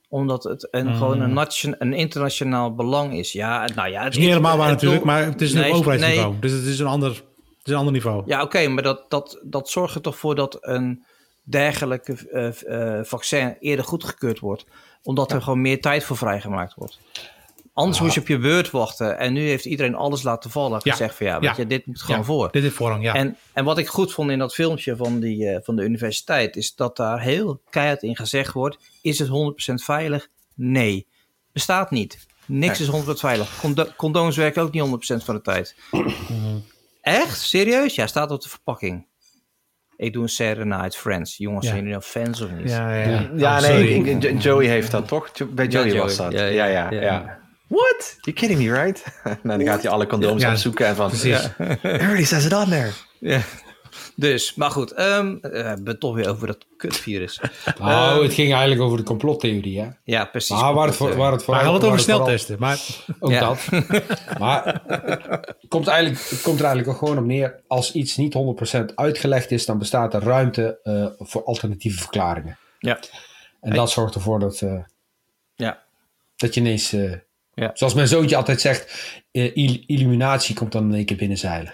Omdat het gewoon een internationaal belang is. Ja, nou ja. Het is niet helemaal waar natuurlijk, maar het is een overheidsniveau. Nee. Dus het is een ander niveau. Ja, oké, maar dat zorgt er toch voor dat een dergelijke vaccin eerder goedgekeurd wordt. Omdat er gewoon meer tijd voor vrijgemaakt wordt. Anders moest je op je beurt wachten. En nu heeft iedereen alles laten vallen. Gezegd van weet je, dit moet gewoon voor. Dit is voorrang, ja. En wat ik goed vond in dat filmpje van de universiteit... is dat daar heel keihard in gezegd wordt... is het 100% veilig? Nee. Bestaat niet. Niks is 100% veilig. Condooms werken ook niet 100% van de tijd. Echt? Serieus? Ja, staat op de verpakking. Ik doe een Saturday Night Friends. Jongens, zijn jullie nou fans of niet? Nee, Joey heeft dat toch? Bij Joey was dat. Ja. What? You're kidding me, right? Nou, dan gaat hij alle condooms opzoeken en van... Precies. Already says it on there. Ja. Dus, maar goed. We hebben het toch weer over dat kutvirus. Het ging eigenlijk over de complottheorie, hè? Ja, precies. Maar waar het hij had het over sneltesten. Maar... Ook dat. Maar het komt er eigenlijk ook gewoon op neer... als iets niet 100% uitgelegd is... dan bestaat er ruimte voor alternatieve verklaringen. Ja. En dat zorgt ervoor dat... dat je ineens... zoals mijn zoontje altijd zegt... illuminatie komt dan in één keer binnenzeilen.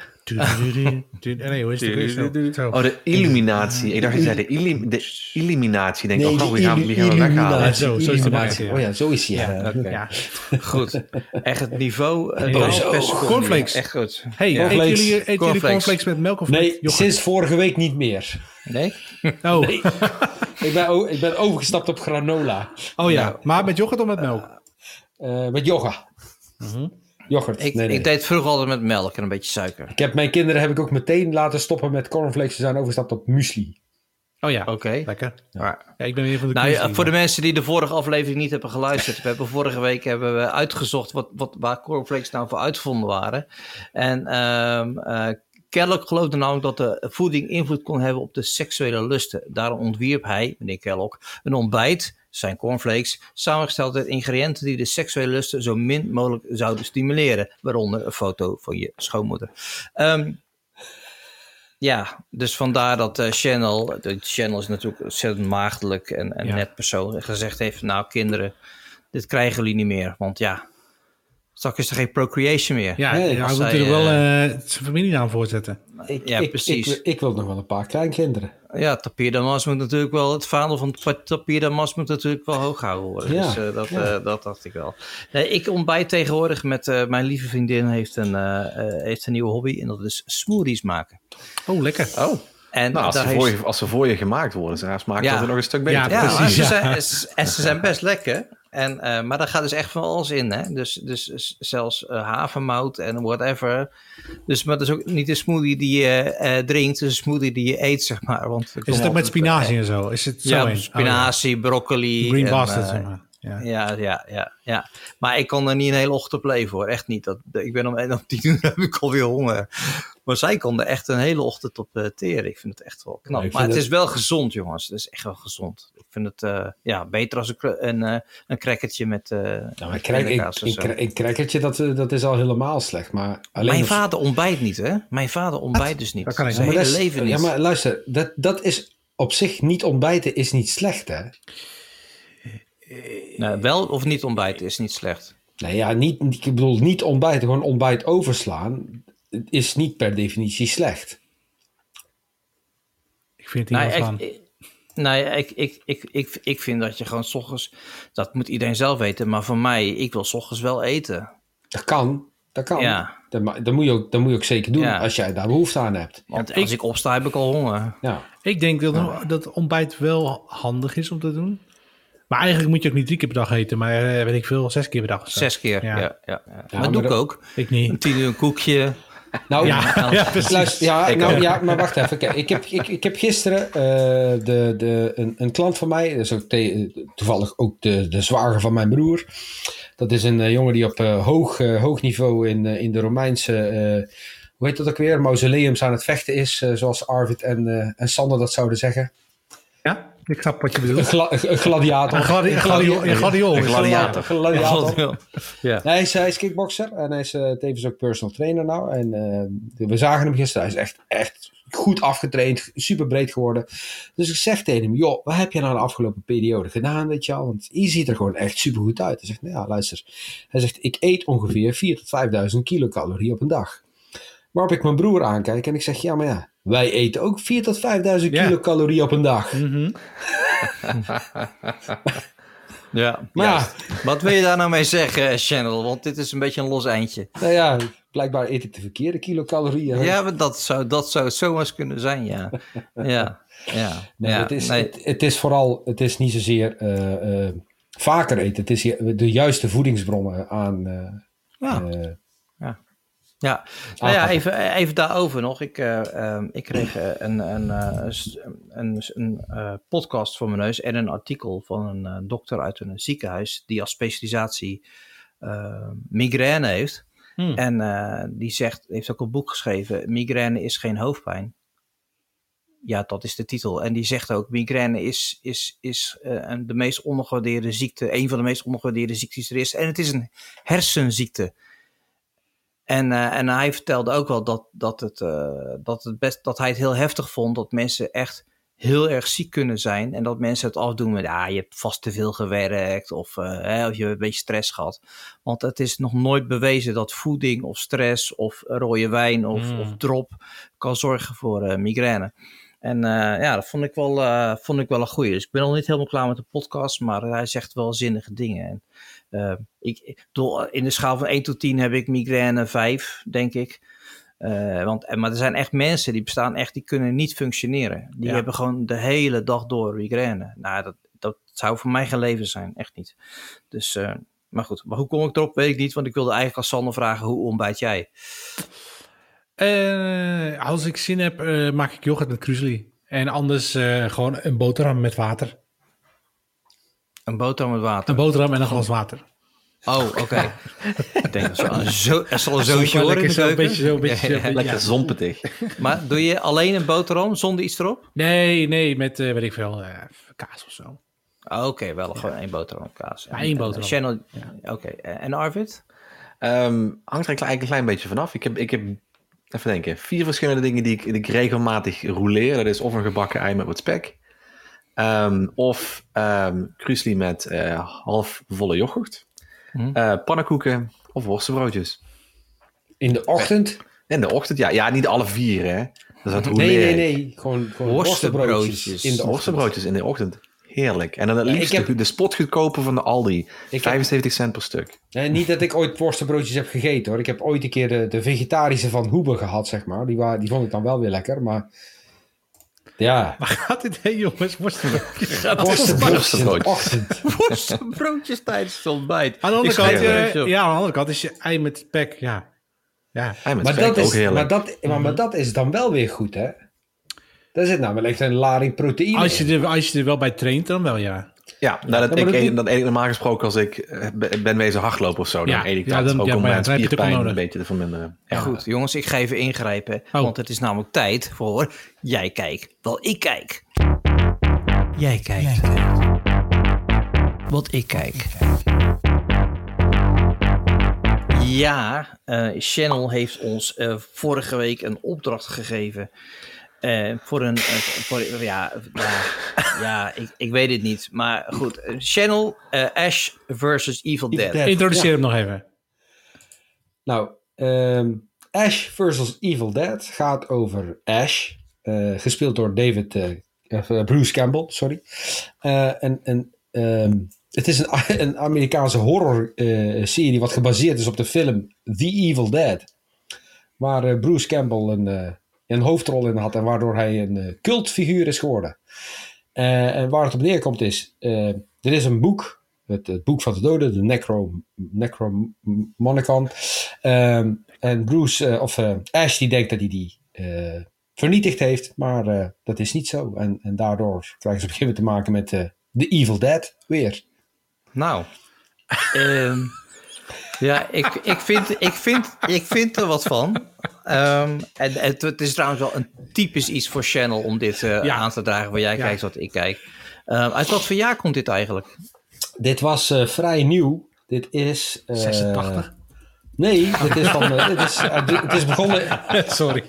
Nee, hoe is het? De illuminatie. Ik dacht je zei de eliminatie. Denk ik, die gaan we weghalen. Zo is de maatje. Oh ja, zo is hij. Ja. Goed. Echt het niveau. Cornflakes. Echt goed. Hey, eten jullie cornflakes met melk of nee, sinds vorige week niet meer. Nee? Oh. Nee. Ik ben overgestapt op granola. Oh ja, maar met yoghurt of met melk? Met yoga. Yoghurt. Ik deed vroeger altijd met melk en een beetje suiker. Mijn kinderen heb ik ook meteen laten stoppen met cornflakes. Ze zijn overgestapt op muesli. Oh ja, oké. Lekker. Ja, ik ben weer van de voor de mensen die de vorige aflevering niet hebben geluisterd. Vorige week hebben we uitgezocht waar cornflakes nou voor uitgevonden waren. En Kellogg geloofde namelijk dat de voeding invloed kon hebben op de seksuele lusten. Daarom ontwierp hij, meneer Kellogg, een ontbijt, zijn cornflakes, samengesteld uit ingrediënten die de seksuele lusten zo min mogelijk zouden stimuleren. Waaronder een foto van je schoonmoeder. Dus vandaar dat Channel is natuurlijk ontzettend maagdelijk en net persoon, gezegd heeft, nou kinderen, dit krijgen jullie niet meer. Want straks is er geen procreation meer. Ja, hij moet er wel zijn familienaam voorzetten. Precies. Ik wil nog wel een paar kleinkinderen. Ja, Tapierdamas moet natuurlijk wel... Het vaandel van Tapierdamas moet natuurlijk wel hoog gehouden worden. Ja, dus dat dacht ik wel. Nee, ik ontbijt tegenwoordig met... mijn lieve vriendin heeft een nieuwe hobby. En dat is smoothies maken. Oh, lekker. Oh. En als ze voor je gemaakt worden, smaakt dat er nog een stuk beter. Ja, precies. Ze zijn best lekker. Maar daar gaat dus echt van alles in. Hè? Dus zelfs havermout en whatever. Maar dat is ook niet een smoothie die je drinkt. Het is een smoothie die je eet, zeg maar. Want is het ook met spinazie en zo? Is het zo spinazie, broccoli. Green bastard, zeg maar. Ja. Maar ik kan er niet een hele ochtend op leven, hoor. Echt niet. Ik ben om 10 uur heb ik alweer honger. Maar zij kon er echt een hele ochtend op teren. Ik vind het echt wel knap. Maar het is wel gezond, jongens. Het is echt wel gezond. Ik vind het beter als een crackertje met een crackertje, dat is al helemaal slecht. Maar mijn vader ontbijt niet, hè? Mijn vader ontbijt dus niet. Dat kan ik zijn hele leven niet. Ja, maar luister. Dat is op zich niet ontbijten is niet slecht, hè? Nou, wel of niet ontbijten is niet slecht. Nee, ja, ik bedoel niet ontbijten. Gewoon ontbijt overslaan is niet per definitie slecht. Ik vind het niet van. Ik vind dat je gewoon 's ochtends... Dat moet iedereen zelf weten. Maar voor mij, ik wil 's ochtends wel eten. Dat kan. Ja. Dat moet je ook zeker doen als jij daar behoefte aan hebt. Want als ik opsta, heb ik al honger. Ja. Ik denk dat ontbijt wel handig is om te doen. Maar eigenlijk moet je ook niet 3 keer per dag eten, maar weet ik veel, 6 keer per dag. 6 keer, ja. Maar doe ik ook. Ik niet. Een 10 uur een koekje. Nou, maar wacht even. Kijk, ik heb gisteren een klant van mij, dat is ook toevallig ook de zwager van mijn broer. Dat is een jongen die op hoog niveau in de Romeinse, hoe heet dat ook weer, mausoleums aan het vechten is, zoals Arvid en Sander dat zouden zeggen. Ja? Ik snap wat je bedoelt. Een gladiator. Een gladiator. Ja. Nee, hij is kickbokser en hij is tevens ook personal trainer nou. En we zagen hem gisteren. Hij is echt goed afgetraind, super breed geworden. Dus ik zeg tegen hem, joh, wat heb je nou de afgelopen periode gedaan, weet je al? Want je ziet er gewoon echt super goed uit. Hij zegt, nou ja, luister. Hij zegt, ik eet ongeveer 4.000 tot 5.000 kilocalorieën op een dag. Waarop ik mijn broer aankijk en ik zeg, ja, maar ja, wij eten ook 4.000 tot 5.000 kilocalorieën op een dag. Mm-hmm. Ja, maar wat wil je daar nou mee zeggen, Channel? Want dit is een beetje een los eindje. Nou ja, blijkbaar eet ik de verkeerde kilocalorieën. Ja, maar dat zou het zo eens kunnen zijn, ja. Het is vooral, het is niet zozeer vaker eten. Het is de juiste voedingsbronnen aan... even daarover nog. Ik kreeg een podcast voor mijn neus en een artikel van een dokter uit een ziekenhuis die als specialisatie migraine heeft. En die heeft ook een boek geschreven, Migraine is geen hoofdpijn. Ja, dat is de titel. En die zegt ook, migraine is de meest ondergewaardeerde ziekte, een van de meest ondergewaardeerde ziektes die er is. En het is een hersenziekte. En hij vertelde ook wel dat hij het heel heftig vond dat mensen echt heel erg ziek kunnen zijn. En dat mensen het afdoen met, je hebt vast te veel gewerkt of je hebt een beetje stress gehad. Want het is nog nooit bewezen dat voeding of stress of rode wijn of drop kan zorgen voor migraine. En dat vond ik wel een goeie. Dus ik ben nog niet helemaal klaar met de podcast, maar hij zegt wel zinnige dingen. En, in de schaal van 1 tot 10 heb ik migraine 5, denk ik. Maar er zijn echt mensen die bestaan echt, die kunnen niet functioneren. Die hebben gewoon de hele dag door migraine. Nou, dat zou voor mij geen leven zijn, echt niet. Dus, maar goed, maar hoe kom ik erop, weet ik niet. Want ik wilde eigenlijk als Sander vragen, hoe ontbijt jij? Als ik zin heb, maak ik yoghurt met krusli. En anders gewoon een boterham met water. Een boterham met water? Een boterham en een glas water. Oh, oké. Ik denk er zal een zootje horen. Zo'n beetje. Lekker zompetig. Maar doe je alleen een boterham zonder iets erop? Nee, met weet ik veel, kaas of zo. Oké, wel gewoon 1 boterham kaas. Ja, 1 boterham. Channel, oké. En Arvid? Hangt er een klein beetje vanaf. Ik heb even denken, 4 verschillende dingen die ik regelmatig rouleer. Dat is of een gebakken ei met wat spek. Of krusli met half volle yoghurt. Pannenkoeken of worstenbroodjes. In de ochtend? In de ochtend, ja. Ja, niet alle 4, hè. Dat is Nee. Gewoon worstenbroodjes. Worstenbroodjes in de ochtend. Heerlijk. En dan het liefst de spotgoedkope van de Aldi. 75 cent per stuk. Niet dat ik ooit worstenbroodjes heb gegeten, hoor. Ik heb ooit een keer de vegetarische van Hoebe gehad, zeg maar. Die vond ik dan wel weer lekker, maar... Ja. Waar gaat dit heen, jongens? Worstenbroodjes in de ochtend. Worstenbroodjes tijdens het ontbijt. Aan de andere kant is je ei met spek, ja. Ei met spek ook heerlijk. Maar dat is dan wel weer goed, hè? Daar zit namelijk een lading proteïne Als je er wel bij traint, dan wel, ja. Ja, dat eet ik normaal gesproken als ik ben wezen hardlopen of zo. Dan eet ik dat ook om mijn spierpijn een beetje te verminderen. Ja. Goed, jongens, ik ga even ingrijpen. Want het is namelijk tijd voor Jij Kijkt, wel ik kijk. Jij kijkt. Wat ik kijk. Ja, Channel heeft ons vorige week een opdracht gegeven... ik weet het niet. Maar goed, Channel, Ash versus Evil Dead. Introduceer hem nog even. Nou, Ash versus Evil Dead gaat over Ash. Gespeeld door Bruce Campbell, sorry. Het is een Amerikaanse horror serie wat gebaseerd is op de film The Evil Dead. Waar Bruce Campbell een hoofdrol in had en waardoor hij een cultfiguur is geworden. En waar het op neerkomt is, er is een boek, het boek van de doden, de Necronomicon. En Ash die denkt dat hij die vernietigd heeft, maar dat is niet zo. En daardoor krijgen ze op een gegeven moment te maken met de Evil Dead weer. Nou, ja, ik vind er wat van. En het is trouwens wel een typisch iets voor Channel om dit aan te dragen waar jij kijkt wat ik kijk. Uit wat voor jaar komt dit eigenlijk? Dit was vrij nieuw. Dit is... 86? Nee, dit is van... het is begonnen... Sorry.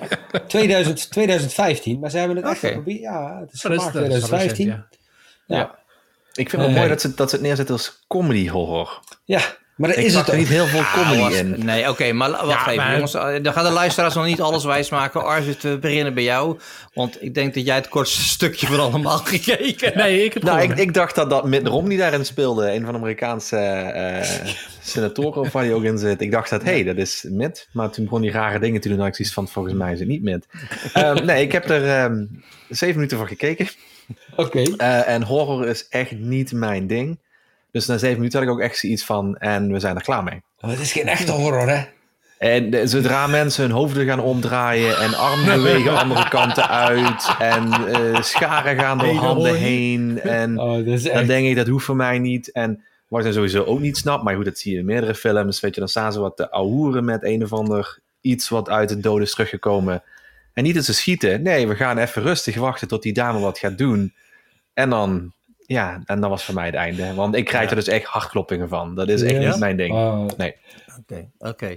2015, maar ze hebben het echt geprobeerd. Ja, het is gemaakt 2015. Ja. Ik vind het mooi dat ze het neerzetten als comedy horror. Ja, maar er ik is het er niet heel veel comedy in. Nee, oké, maar wacht even, jongens. Dan gaan de luisteraars nog niet alles wijsmaken. Arvid, we beginnen bij jou. Want ik denk dat jij het kortste stukje van allemaal gekeken. Nee, ik dacht dat Mitt Romney daarin speelde. Een van de Amerikaanse senatoren of waar hij ook in zit. Ik dacht dat is Mitt. Maar toen begon die rare dingen te doen. Dan ik zoiets van, volgens mij is het niet Mitt. Nee, ik heb er 7 minuten voor gekeken. Oké. En horror is echt niet mijn ding. Dus na 7 minuten had ik ook echt zoiets van... En we zijn er klaar mee. Oh, het is geen echte horror, hè? En zodra mensen hun hoofden gaan omdraaien... en armen bewegen andere kanten uit... en scharen gaan door handen heen... en dan denk ik, dat hoeft voor mij niet. En wat ik dan sowieso ook niet snap... maar goed, dat zie je in meerdere films... weet je, dan staan ze wat te ahoeren met een of ander... iets wat uit de dood is teruggekomen... En niet dat ze schieten. Nee, we gaan even rustig wachten tot die dame wat gaat doen. En dan was voor mij het einde. Want ik krijg er dus echt hartkloppingen van. Dat is echt niet mijn ding. Nee. Oké.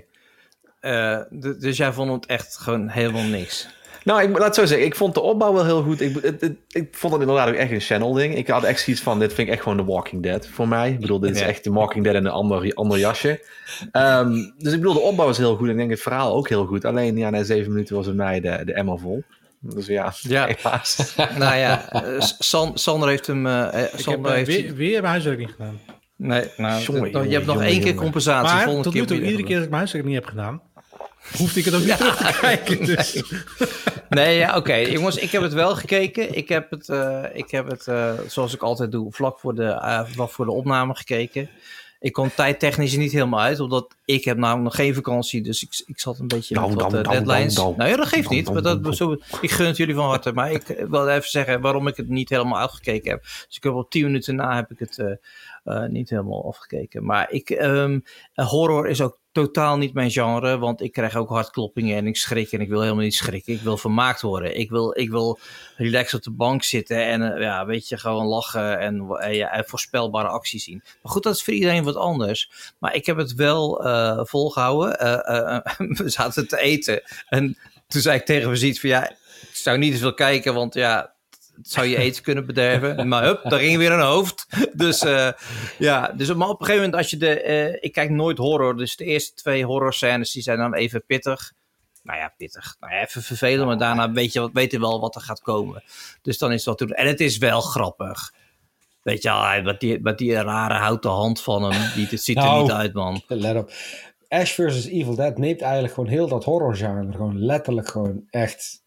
Dus jij vond het echt gewoon helemaal niks? Nou, laat het zo zeggen. Ik vond de opbouw wel heel goed. Ik vond het inderdaad ook echt een channel-ding. Ik had echt zoiets van, dit vind ik echt gewoon The Walking Dead voor mij. Ik bedoel, dit is echt The Walking Dead in een ander jasje. Dus ik bedoel, de opbouw is heel goed. Ik denk het verhaal ook heel goed. Alleen, na 7 minuten was het mij de emmer vol. Dus ja. Helaas. Nou ja, Sander heeft hem... weer mijn huiswerk niet gedaan. Nee, je hebt nog 1 keer compensatie. Maar tot nu toe, iedere keer dat ik mijn huiswerk niet heb gedaan... hoefde ik het ook niet terug te kijken. Dus. Nee, ja, oké. Jongens, ik heb het wel gekeken. Ik heb het zoals ik altijd doe, vlak voor de opname gekeken. Ik kon tijdtechnisch niet helemaal uit, omdat ik heb namelijk nog geen vakantie. Dus ik zat een beetje met wat deadlines. Nou ja, dat geeft niet. Maar ik gun het jullie van harte. Maar ik wil even zeggen waarom ik het niet helemaal uitgekeken heb. Dus ik heb op 10 minuten na heb ik het niet helemaal afgekeken. Maar horror is ook totaal niet mijn genre, want ik krijg ook hartkloppingen en ik schrik en ik wil helemaal niet schrikken. Ik wil vermaakt worden. Ik wil relaxed op de bank zitten en weet je, gewoon lachen en voorspelbare actie zien. Maar goed, dat is voor iedereen wat anders. Maar ik heb het wel volgehouden. We zaten te eten en toen zei ik tegen Visiet van ik zou niet eens willen kijken, want het zou je eten kunnen bederven. Maar daar ging weer een hoofd. Dus maar op een gegeven moment als je ik kijk nooit horror. Dus de eerste 2 horrorscènes die zijn dan even pittig. Nou ja, pittig. Nou ja, even vervelend. Maar daarna weet je wel wat er gaat komen. Dus dan is dat toen. En het is wel grappig. Weet je, met die rare houten hand van hem. Het ziet er niet uit, man. Let op. Ash vs. Evil Dead neemt eigenlijk gewoon heel dat horrorgenre. Gewoon letterlijk gewoon echt...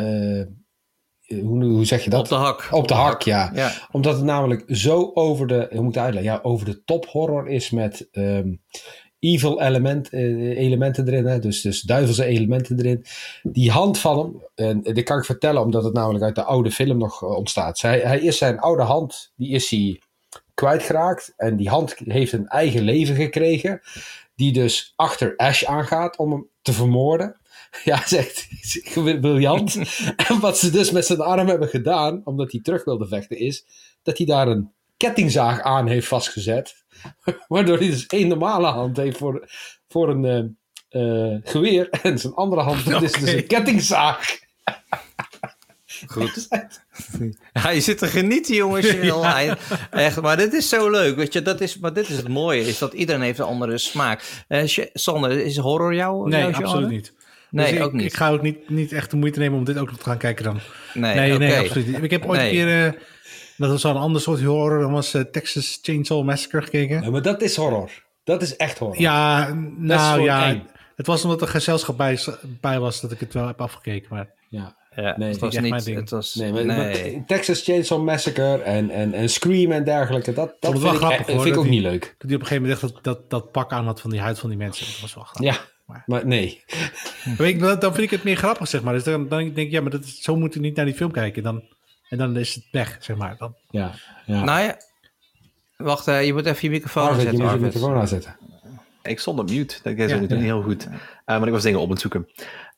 Hoe zeg je dat? Op de hak. Op de hak, ja. Omdat het namelijk zo over de top horror is met evil elementen erin. Hè? Dus duivelse elementen erin. Die hand van hem, en dit kan ik vertellen omdat het namelijk uit de oude film nog ontstaat. Hij is zijn oude hand, die is hij kwijtgeraakt. En die hand heeft een eigen leven gekregen. Die dus achter Ash aangaat om hem te vermoorden. Ja, zegt briljant. En wat ze dus met zijn arm hebben gedaan, omdat hij terug wilde vechten, is dat hij daar een kettingzaag aan heeft vastgezet. Waardoor hij dus 1 normale hand heeft voor een geweer. En zijn andere hand is dus een kettingzaag. Goed. Je zit te genieten, jongens. Echt, maar dit is zo leuk. Weet je, dit is het mooie, is dat iedereen heeft een andere smaak. Sander, is horror jouw Nee, absoluut niet. Nee, dus ook niet. Ik ga ook niet echt de moeite nemen om dit ook nog te gaan kijken dan. Nee, absoluut niet. Ik heb ooit een keer... dat was al een ander soort horror. Dan was Texas Chainsaw Massacre gekeken. Ja, maar dat is horror. Dat is echt horror. Ja, het was omdat er gezelschap bij was dat ik het wel heb afgekeken. Maar het was niet mijn ding. Maar Texas Chainsaw Massacre en Scream en dergelijke, dat vind ik ook niet leuk. Dat hij op een gegeven moment echt dat pak aan had van die huid van die mensen. Dat was wel grappig. Ja. Maar nee. Dan vind ik het meer grappig, zeg maar. Dus dan denk ik, maar zo moet je niet naar die film kijken. En dan is het weg, zeg maar. Dan. Ja. Nou ja. Wacht, je moet even je microfoon aanzetten. Je moet je microfoon aanzetten. Ik stond op mute. Dat is natuurlijk niet heel goed. Maar ik was dingen op het zoeken.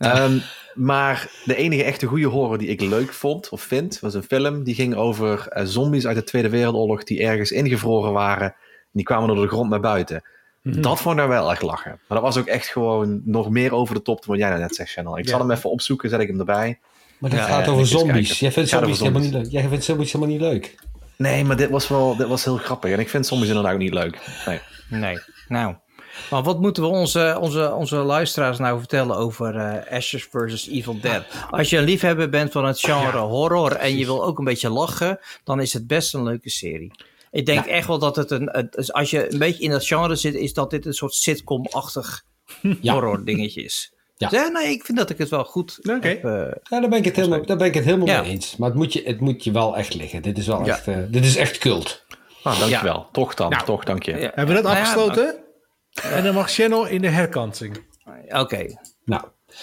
Maar de enige echte goede horror die ik leuk vond of vind, was een film die ging over zombies uit de Tweede Wereldoorlog die ergens ingevroren waren. En die kwamen door de grond naar buiten. Dat vond ik nou wel echt lachen. Maar dat was ook echt gewoon nog meer over de top dan wat jij nou net zegt, Channel. Ik zal hem even opzoeken, zet ik hem erbij. Maar dat gaat over zombies. Jij vindt zombies helemaal niet leuk. Jij vindt zombies helemaal niet leuk. Nee, maar dit was heel grappig. En ik vind zombies inderdaad ook niet leuk. Nee. Nou, maar wat moeten we onze luisteraars nou vertellen over Ashes vs. Evil Dead? Als je een liefhebber bent van het genre horror en je wil ook een beetje lachen, dan is het best een leuke serie. Ik denk echt wel dat het als je een beetje in dat genre zit, is dat dit een soort sitcom-achtig horror dingetje is. Ja. Dus, nee, ik vind dat ik het wel goed heb. Daar ben ik het helemaal mee eens. Maar het moet je wel echt liggen. Dit is wel echt, dit is echt cult. Dankjewel. Ja. Toch dan. Toch, dank je. Ja. Hebben we dat afgesloten? En dan mag Channel in de herkansing. Oké. Nou,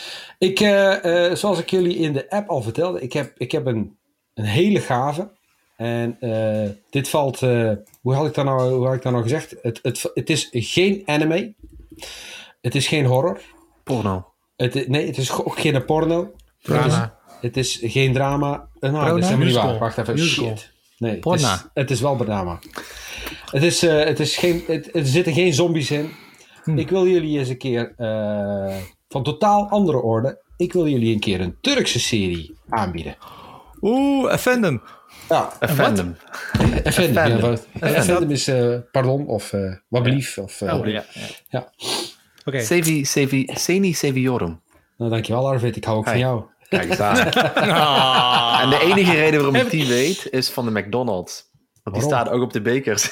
zoals ik jullie in de app al vertelde, ik heb een hele gave. En dit valt, hoe had ik dat nou gezegd? Het is geen anime. Het is geen horror. Porno. Het is ook geen porno. Drama. Het is geen drama. Dat is helemaal niet waar. Wacht even. Musical. Shit. Nee, het is wel drama. Er zitten geen zombies in. Ik wil jullie eens een keer van totaal andere orde. Ik wil jullie een keer een Turkse serie aanbieden. Effendum. Ja, Effendum. Effendum is pardon of wat blief. Ja. Oké. Seni Seviorum. Nou, dankjewel Arvid. Ik hou ook van jou. Kijk eens aan. En de enige reden waarom ik die weet, is van de McDonald's. Want die staat ook op de bekers.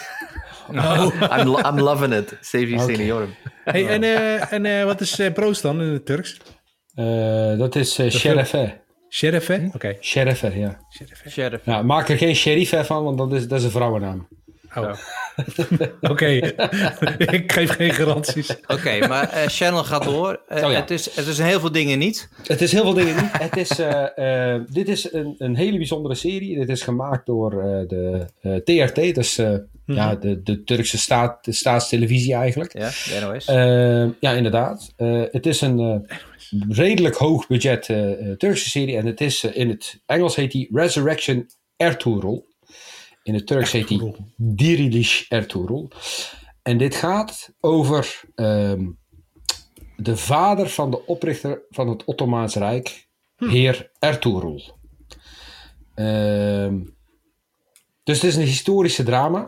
I'm loving it. Sevi Seniorum. Hey, en wat is proost dan in het Turks? Dat is Sherife. Sherife? Oké. Sherife, ja. Sheriff. Ja, maak er geen sheriff van, want dat is een vrouwennaam. Oh. Oké. Ik geef geen garanties. Oké, maar Channel gaat door. Het is heel veel dingen niet. Het is heel veel dingen niet. Dit is een hele bijzondere serie. Dit is gemaakt door de TRT. Dus de Turkse staatstelevisie eigenlijk. Ja, de NOS. Ja, inderdaad. Het is een redelijk hoog budget Turkse serie. En het is in het Engels heet die Resurrection Ertuğrul. In het Turks heet die Diriliş Ertuğrul. En dit gaat over de vader van de oprichter van het Ottomaans Rijk, heer Ertuğrul. Dus het is een historische drama.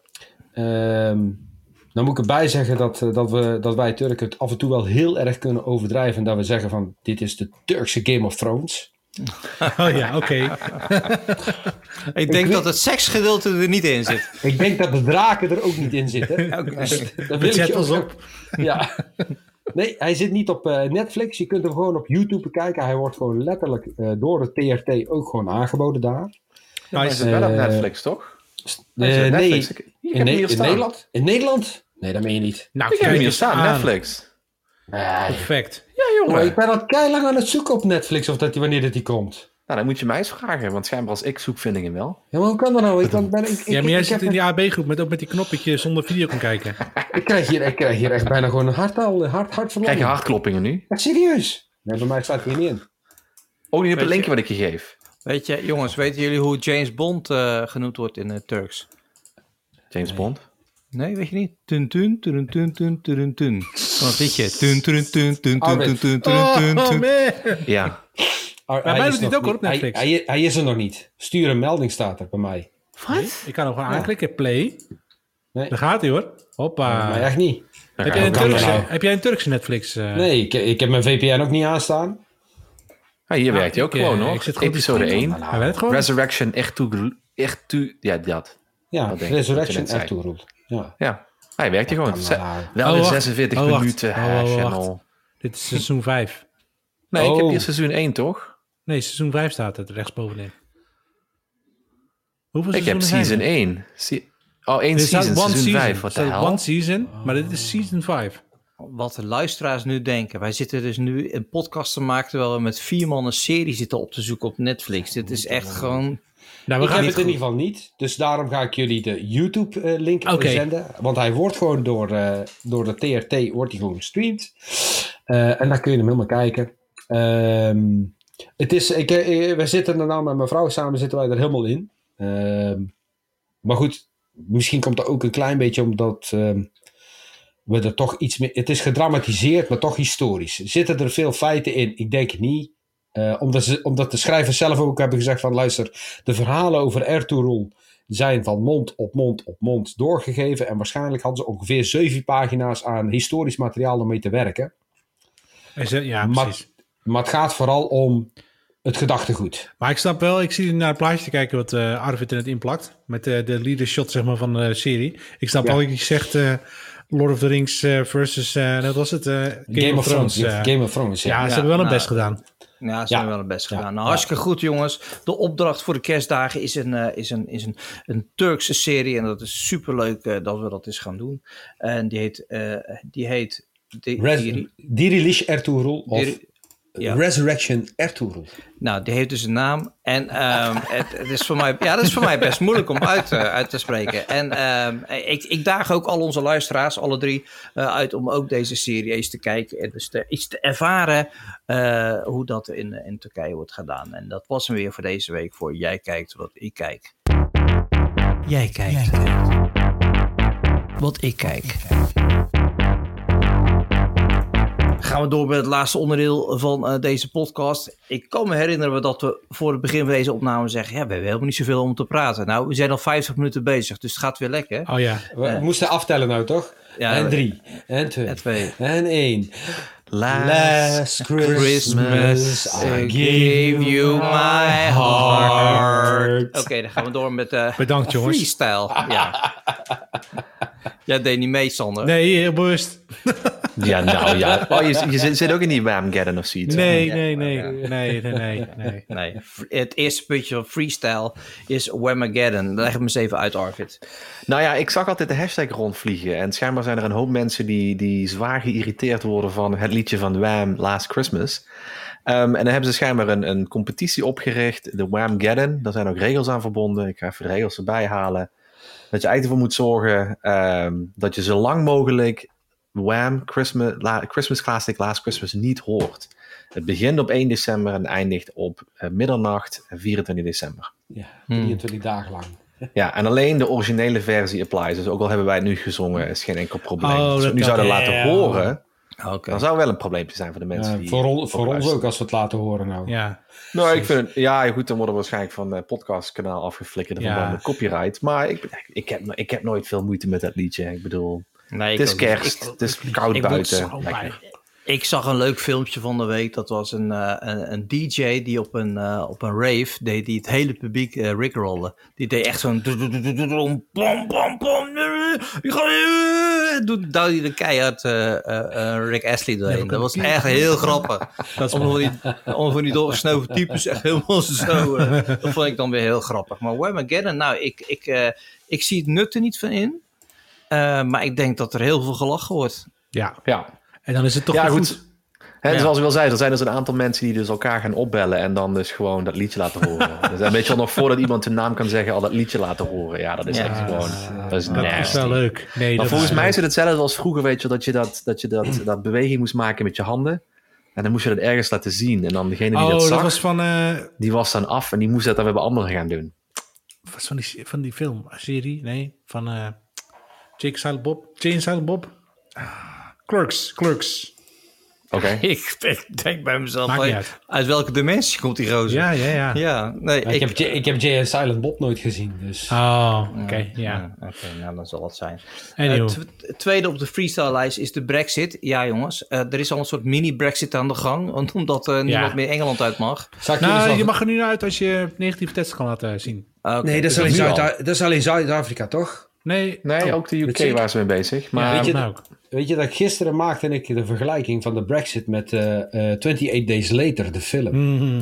Dan moet ik erbij zeggen dat wij Turken het af en toe wel heel erg kunnen overdrijven. En dat we zeggen van dit is de Turkse Game of Thrones. Oh ja, oké. Ik denk dat het seksgedeelte er niet in zit. Ik denk dat de draken er ook niet in zitten. Dus dat wil ik ons op. Ja. Nee, hij zit niet op Netflix. Je kunt hem gewoon op YouTube bekijken. Hij wordt gewoon letterlijk door de TRT ook gewoon aangeboden daar. Maar is het wel op Netflix, toch? Nee, in Nederland? In Nederland? Nee, dat meen je niet. Nou, ik heb hem hier staan, Netflix. Perfect. Ja, jongen. Ik ben al keilang aan het zoeken op Netflix wanneer die komt. Nou, dan moet je mij eens vragen, want schijnbaar als ik zoek, vind ik hem wel. Ja, maar hoe kan dat nou? Maar jij zit in die AB-groep met ook met die knoppetje zonder video kan kijken. Ik krijg hier echt bijna gewoon een hart Krijg je hartkloppingen nu? Ja, serieus? Nee, bij mij staat hij niet in. Oh, niet op het linkje wat ik je geef. Weet je, jongens, weten jullie hoe James Bond genoemd wordt in het Turks? James Bond? Nee, weet je niet? Tun tun tun tun tun tun tun. Van het liedje. Tun tun tun tun tun tun tun tun. Ja. Maar mij doet hij ook op Netflix. Hij is er nog niet. Stuur een melding staat er bij mij. Wat? Ik kan hem gewoon aanklikken. Play. Nee. Daar gaat hij hoor. Hoppa. Maar echt niet. Heb jij een Turkse Netflix? Nee, ik heb mijn VPN ook niet aanstaan. Hier werkt hij ook gewoon hoor. Episode 1. Hij werkt gewoon. Resurrection Ertuğrul. Ja, dat. Ja, Resurrection Ertuğrul. Ja, hij werkt hier gewoon. Wel in 46 minuten. Channel. Dit is seizoen 5. Nee, ik heb hier seizoen 1 toch? Nee, seizoen 5 staat het rechtsbovenin. Hoeveel ik heb season 1. Één season, seizoen 5. Wat de hel? One season, maar dit is season 5. Wat de luisteraars nu denken. Wij zitten dus nu een podcast te maken terwijl we met 4 man een serie zitten op te zoeken op Netflix. Dit is echt gewoon... Nou, ik heb het in ieder geval niet. Dus daarom ga ik jullie de YouTube-link zenden. Want hij wordt gewoon door de TRT wordt hij gewoon gestreamd. En daar kun je hem helemaal kijken. We zitten er nou met mijn vrouw samen, zitten wij er helemaal in. Maar goed, misschien komt dat ook een klein beetje omdat we er toch iets meer... Het is gedramatiseerd, maar toch historisch. Zitten er veel feiten in? Ik denk het niet. Omdat de schrijvers zelf ook hebben gezegd van... Luister, de verhalen over Ertugrul zijn van mond op mond op mond doorgegeven. En waarschijnlijk hadden ze ongeveer 7 pagina's aan historisch materiaal om mee te werken. Ja, precies. Maar het gaat vooral om het gedachtegoed. Maar ik snap wel, ik zie naar het plaatje te kijken wat Arvid in het inplakt. Met de leadershot zeg maar, van de serie. Ik snap wel dat je zegt Lord of the Rings versus, dat was het? Game of Thrones. Game of Thrones, ja. Ze hebben wel een best gedaan. Ja, ze hebben wel een best gedaan. Nou, hartstikke goed, jongens. De opdracht voor de kerstdagen is een Turkse serie. En dat is superleuk dat we dat eens gaan doen. En die heet Dirilish Ertugrul of Resurrection Ertugrul. Nou, die heeft dus een naam. En het is voor mij, dat is voor mij best moeilijk om uit te spreken. En ik daag ook al onze luisteraars, alle 3, uit om ook deze serie eens te kijken. En dus iets te ervaren hoe dat in Turkije wordt gedaan. En dat was hem weer voor deze week voor Jij kijkt wat ik kijk. Jij kijkt wat ik kijk. Gaan we door met het laatste onderdeel van deze podcast. Ik kan me herinneren dat we voor het begin van deze opname zeggen... we hebben helemaal niet zoveel om te praten. Nou, we zijn al 50 minuten bezig, dus het gaat weer lekker. Oh ja. We moesten aftellen nou, toch? Ja, en 3, en 2, en 1. Last Christmas I gave you my heart. Oké, dan gaan we door met bedankt, jongens. Freestyle. Ja. Jij deed niet mee, Sander. Nee, heel bewust. Ja, nou ja. Oh, je zit ook in die Whamageddon of zoiets. Nee. Het eerste puntje van freestyle is Whamageddon. Leg hem eens even uit, Arvid. Nou ja, ik zag altijd de hashtag rondvliegen. En schijnbaar zijn er een hoop mensen die zwaar geïrriteerd worden van het liedje van Wham, Last Christmas. En dan hebben ze schijnbaar een competitie opgericht. De Whamageddon. Daar zijn ook regels aan verbonden. Ik ga even de regels erbij halen. Dat je eigenlijk ervoor moet zorgen dat je zo lang mogelijk Wham! Christmas Classic Last Christmas niet hoort. Het begint op 1 december en eindigt op middernacht 24 december. Ja, 23 dagen lang. Ja, en alleen de originele versie applies. Dus ook al hebben wij het nu gezongen, is geen enkel probleem. Als we het nu zouden laten horen, dan zou wel een probleempje zijn voor de mensen die... Voor ons ook, als we het laten horen nou. Ja. Nou, ik vind het... Ja, goed, dan worden we waarschijnlijk van het podcastkanaal afgeflikkerd van de copyright. Maar ik heb nooit veel moeite met dat liedje. Ik bedoel... Nee, het is kerst, het is koud buiten. Ik zag een leuk filmpje van de week. Dat was een DJ die op een rave deed die het hele publiek rickrollen. Die deed echt zo'n... Doet hij de keihard Rick Astley doorheen. Dat was echt heel grappig. Om van die doorgesnoven types echt helemaal zo... dat vond ik dan weer heel grappig. Maar Whamageddon, nou, ik zie het nut er niet van in. Maar ik denk dat er heel veel gelachen wordt. Ja. En dan is het toch goed. Hè, zoals ik al zei, er zijn dus een aantal mensen die dus elkaar gaan opbellen en dan dus gewoon dat liedje laten horen. Dus een beetje al nog voordat iemand zijn naam kan zeggen, al dat liedje laten horen. Ja, dat is echt gewoon... Dat is nasty. Dat is wel leuk. Nee, maar volgens mij is het hetzelfde als vroeger, weet je, dat je dat beweging moest maken met je handen. En dan moest je dat ergens laten zien. En dan degene die dat zag, was van, die was dan af en die moest dat dan weer bij anderen gaan doen. Was van die film, serie? Nee, van Jane Silent Bob? Clerks. Oké. Ik denk bij mezelf, uit welke dimensie komt die gozer? Ja. Nee, ik heb Jay en Silent Bob nooit gezien. Dus. Oké, nou dan zal het zijn. Het tweede op de freestyle-lijst is de Brexit. Ja, jongens, er is al een soort mini-Brexit aan de gang, omdat niemand meer Engeland uit mag. Je mag er nu uit als je negatieve tests kan laten zien. Okay. Nee, dat is alleen Zuid-Afrika, toch? Nee, ook de UK waren ze mee bezig. Maar weet je dat gisteren maakte ik de vergelijking van de Brexit met 28 Days Later, de film.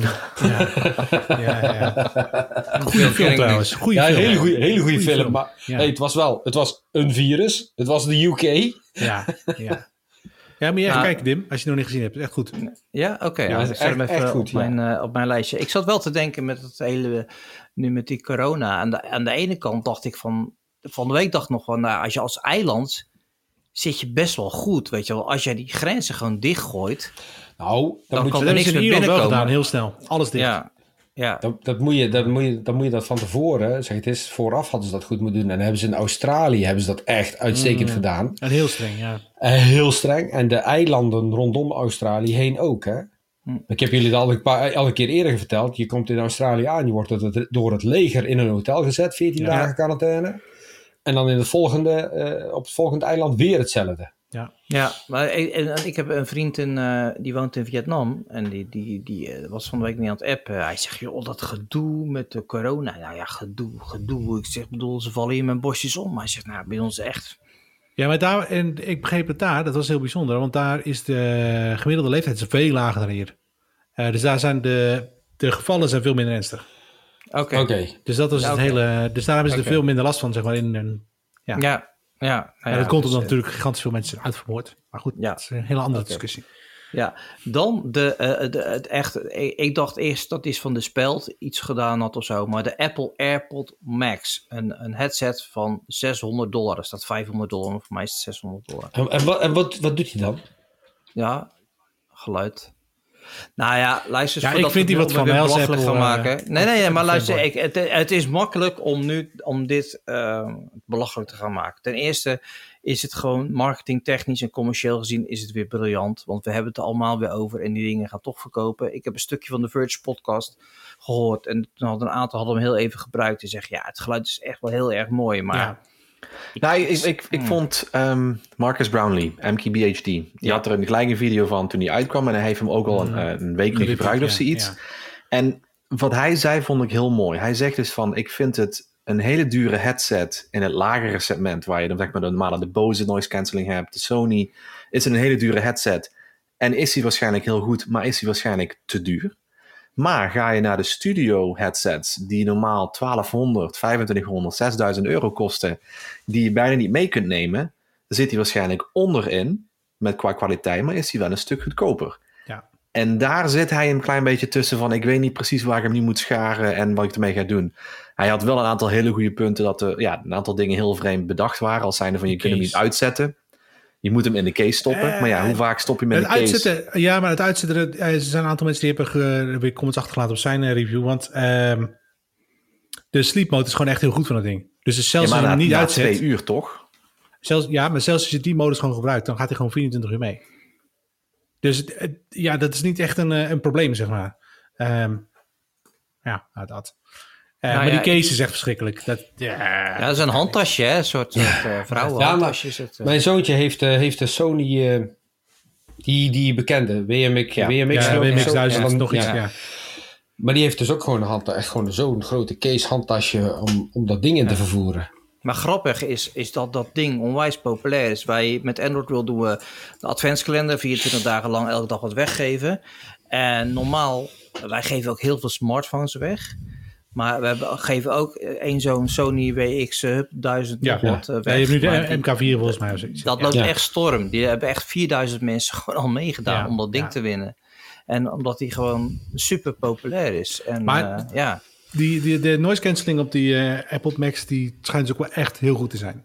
Goeie film trouwens. Hele goede film. Maar het was een virus. Het was de UK. Ja. Ja, moet je even kijken, Dim, als je het nog niet gezien hebt. Echt goed. Ja, oké. Ja, Ik zet hem even goed, op mijn lijstje. Ik zat wel te denken met het hele, nu met die corona. Aan de ene kant dacht ik van de week dacht ik nog van, nou, als je als eiland zit je best wel goed, weet je wel. Als jij die grenzen gewoon dichtgooit, Nou, dan kan Dat er is niks in meer Ierland wel binnenkomen. gedaan, heel snel. Alles dicht. Ja. Dan moet je dat van tevoren, zeg het is, vooraf hadden ze dat goed moeten doen. En dan hebben ze in Australië dat echt uitstekend gedaan. En heel streng, ja. Heel streng. En de eilanden rondom Australië heen ook, hè. Ik heb jullie al een keer eerder verteld. Je komt in Australië aan, je wordt door het leger in een hotel gezet, 14 dagen quarantaine. En dan in op het volgende eiland weer hetzelfde. Ja, maar ik heb een vriend die woont in Vietnam. En die was van de week niet aan het appen. Hij zegt, joh, dat gedoe met de corona. Nou ja, gedoe. Ik zeg, ze vallen hier met bosjes om. Maar hij zegt, nou, bij ons echt. Ja, maar daar, en ik begreep het daar, dat was heel bijzonder. Want daar is de gemiddelde leeftijd veel lager dan hier. Dus daar zijn de gevallen zijn veel minder ernstig. Oké. Dus dat was het hele. Dus daar hebben ze er veel minder last van, zeg maar. Ja. Dat komt omdat natuurlijk gigantisch veel mensen zijn uitvermoord. Maar goed, dat is een hele andere discussie. Ja, dan het echt. Ik dacht eerst dat iets van de Speld iets gedaan had of zo. Maar de Apple AirPod Max. Een headset van $600. Er staat $500, maar voor mij is het $600. En wat doet hij dan? Ja, geluid. Nou ja, luister eens. Ja, ik vind die wat van belachelijk gaan maken. Nee, maar luister, het is makkelijk om dit belachelijk te gaan maken. Ten eerste is het gewoon marketingtechnisch en commercieel gezien is het weer briljant. Want we hebben het er allemaal weer over en die dingen gaan toch verkopen. Ik heb een stukje van de Verge podcast gehoord en toen hadden een aantal hem heel even gebruikt en zeggen, ja, het geluid is echt wel heel erg mooi, maar... Ja. Ik vond Marcus Brownlee, MKBHD, die had er een gelijke video van toen hij uitkwam en hij heeft hem ook al een week niet gebruikt of zoiets. Ja. En wat hij zei vond ik heel mooi. Hij zegt dus van, ik vind het een hele dure headset in het lagere segment, waar je dan zeg maar de normale, de Bose noise cancelling hebt, de Sony, is een hele dure headset. En is hij waarschijnlijk heel goed, maar is hij waarschijnlijk te duur. Maar ga je naar de studio headsets die normaal 1200, 2500, 6000 euro kosten, die je bijna niet mee kunt nemen, dan zit hij waarschijnlijk onderin met qua kwaliteit, maar is hij wel een stuk goedkoper. Ja. En daar zit hij een klein beetje tussen van, ik weet niet precies waar ik hem nu moet scharen en wat ik ermee ga doen. Hij had wel een aantal hele goede punten dat een aantal dingen heel vreemd bedacht waren, als zijnde van je kunt hem niet uitzetten. Je moet hem in de case stoppen. Maar ja, hoe vaak stop je met de case? Ja, maar het uitzetten... Er zijn een aantal mensen die hebben comments achtergelaten op zijn review. Want de sleep mode is gewoon echt heel goed van dat ding. Dus zelfs als je hem niet uitzet... 2 uur, toch? Maar zelfs als je die modus gewoon gebruikt, dan gaat hij gewoon 24 uur mee. Dus dat is niet echt een probleem, zeg maar. Dat. Maar die case is echt verschrikkelijk. Dat is een handtasje, hè? Een soort vrouwenhandtasje. Mijn zoontje heeft de Sony, die bekende, WMX. WMX 1000, nog iets, Maar die heeft dus ook gewoon echt gewoon zo'n grote case handtasje om dat ding in te vervoeren. Maar grappig is dat ding onwijs populair is. Wij met Android World doen we de adventskalender 24 dagen lang elke dag wat weggeven. En normaal, wij geven ook heel veel smartphones weg. Maar we geven ook zo'n Sony WX 1000 weg. Je hebt nu de MK4 volgens mij. Dat loopt echt storm. Die hebben echt 4000 mensen gewoon al meegedaan om dat ding te winnen. En omdat die gewoon super populair is. En, maar de noise cancelling op die Apple Max, die schijnt dus ook wel echt heel goed te zijn.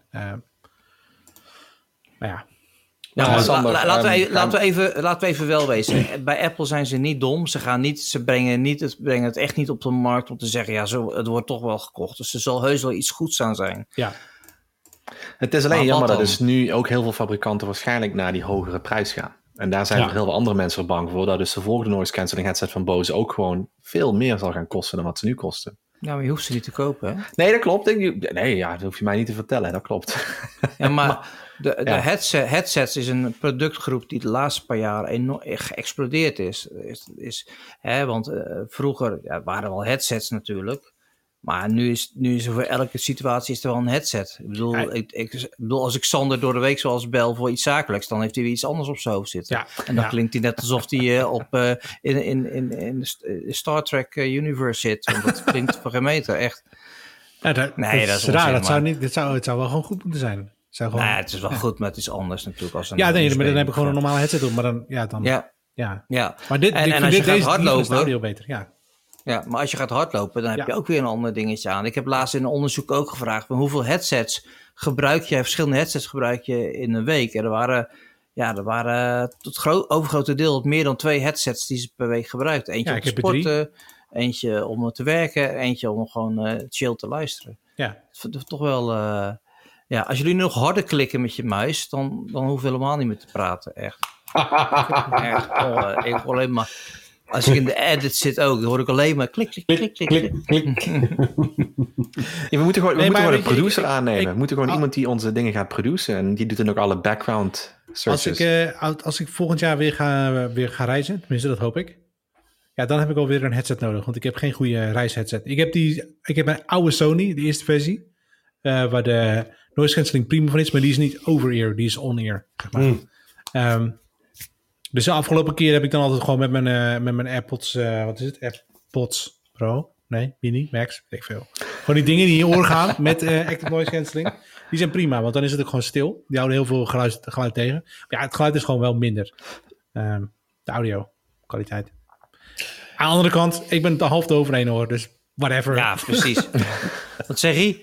Laten we even wel wezen. Bij Apple zijn ze niet dom. Ze brengen het echt niet op de markt om te zeggen, het wordt toch wel gekocht. Dus er zal heus wel iets goeds aan zijn. Ja. Het is alleen jammer dat dus nu ook heel veel fabrikanten waarschijnlijk naar die hogere prijs gaan. En daar zijn er heel veel andere mensen voor bang voor. Dat dus de volgende noise cancelling headset van Bose ook gewoon veel meer zal gaan kosten dan wat ze nu kosten. Ja, maar je hoeft ze niet te kopen, hè? Nee, dat klopt. Dat hoef je mij niet te vertellen. Dat klopt. Ja, maar de headsets is een productgroep die de laatste paar jaar enorm geëxplodeerd is. Want vroeger waren er wel headsets natuurlijk. Maar nu is er voor elke situatie is er wel een headset. Ik bedoel, als ik Sander door de week zoals bel voor iets zakelijks, dan heeft hij weer iets anders op zijn hoofd zitten. Ja, en dan klinkt hij net alsof hij in de Star Trek universe zit. Want dat klinkt voor geen meter, echt. Dat is raar. Het zou wel gewoon goed moeten zijn. Gewoon, nou ja, het is wel goed, maar het is anders natuurlijk. Als een maar dan heb ik gewoon een normale headset op. Maar dan, Ja. Maar dit, en als je gaat hardlopen, is audio beter, Ja, maar als je gaat hardlopen, dan heb je ook weer een ander dingetje aan. Ik heb laatst in een onderzoek ook gevraagd, hoeveel headsets verschillende headsets gebruik je in een week? En er waren tot overgrote deel meer dan 2 headsets die ze per week gebruikten. Eentje om te sporten, eentje om te werken, eentje om gewoon chill te luisteren. Ja. Dat is toch wel... als jullie nog harder klikken met je muis, dan hoef je helemaal niet meer te praten, echt. Ik hoor alleen maar... Als ik in de edit zit ook, dan hoor ik alleen maar klik. We moeten gewoon een producer aannemen. We moeten gewoon iemand die onze dingen gaat produceren. En die doet dan ook alle background searches. Als ik volgend jaar weer ga reizen, tenminste dat hoop ik. Ja, dan heb ik alweer een headset nodig. Want ik heb geen goede reisheadset. Ik heb mijn oude Sony, de eerste versie. Waar de noise cancelling prima van is. Maar die is niet over-ear, die is on-ear. Zeg maar. Dus de afgelopen keer heb ik dan altijd gewoon met mijn AirPods... wat is het? AirPods Pro? Nee, Mini, Max, weet ik veel. Gewoon die dingen die in je oor gaan met active noise cancelling. Die zijn prima, want dan is het ook gewoon stil. Die houden heel veel geluid tegen. Maar ja, het geluid is gewoon wel minder. De audio kwaliteit. Aan de andere kant, ik ben het de half overheen hoor, dus whatever. Ja, precies. Wat zeg je?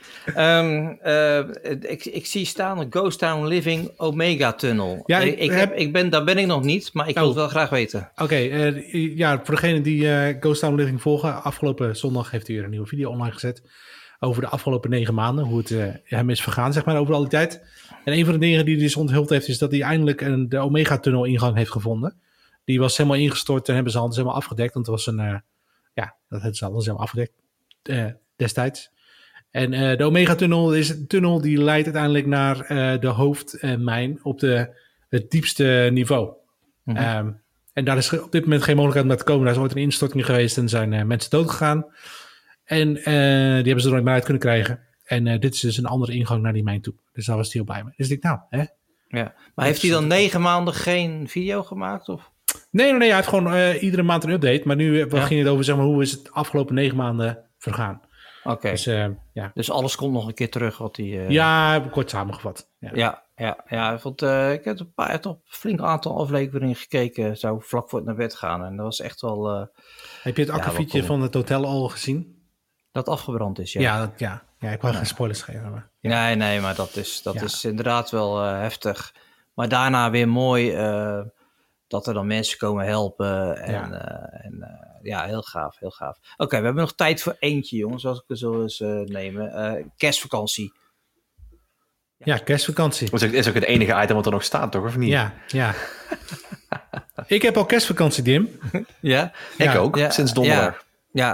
Ik zie staan een Ghost Town Living Omega Tunnel. Ja, daar ben ik nog niet, maar ik wil het wel graag weten. Oké, voor degenen die Ghost Town Living volgen, afgelopen zondag heeft hij weer een nieuwe video online gezet over de afgelopen 9 maanden, hoe het hem is vergaan, zeg maar, over al die tijd. En een van de dingen die hij dus onthuld heeft, is dat hij eindelijk de Omega Tunnel ingang heeft gevonden. Die was helemaal ingestort en hebben ze alles helemaal afgedekt, want het was dat hebben ze alles helemaal afgedekt destijds. En de Omega-tunnel is een tunnel die leidt uiteindelijk naar de hoofdmijn op het diepste niveau. Mm-hmm. En daar is op dit moment geen mogelijkheid om naar te komen. Daar is ooit een instorting geweest en zijn mensen doodgegaan. En die hebben ze er nooit meer uit kunnen krijgen. En dit is dus een andere ingang naar die mijn toe. Dus daar was hij heel blij mee. Dus ik dacht, hè? Ja. Maar heeft hij dan 9 maanden geen video gemaakt? Of? Nee, hij heeft gewoon iedere maand een update. Maar nu ging het over, zeg maar, hoe is het afgelopen 9 maanden vergaan. Oké. Dus alles komt nog een keer terug wat hij... Ja, kort samengevat. Ja. Ik heb een flink aantal afleveringen gekeken, zo vlak voor het naar bed gaan. En dat was echt wel... Heb je het akkefietje van het hotel al gezien? Dat afgebrand is, ja. Ja, ik wou geen spoilers geven. Maar, Nee, maar dat is inderdaad wel heftig. Maar daarna weer mooi dat er dan mensen komen helpen. Heel gaaf, heel gaaf. Oké, we hebben nog tijd voor eentje, jongens, als ik er zo eens nemen. Kerstvakantie. Ja, kerstvakantie. Dat is ook het enige item wat er nog staat, toch? Of niet? Ja. Ik heb al kerstvakantie, Dim. Ja? Ik ook, sinds donderdag.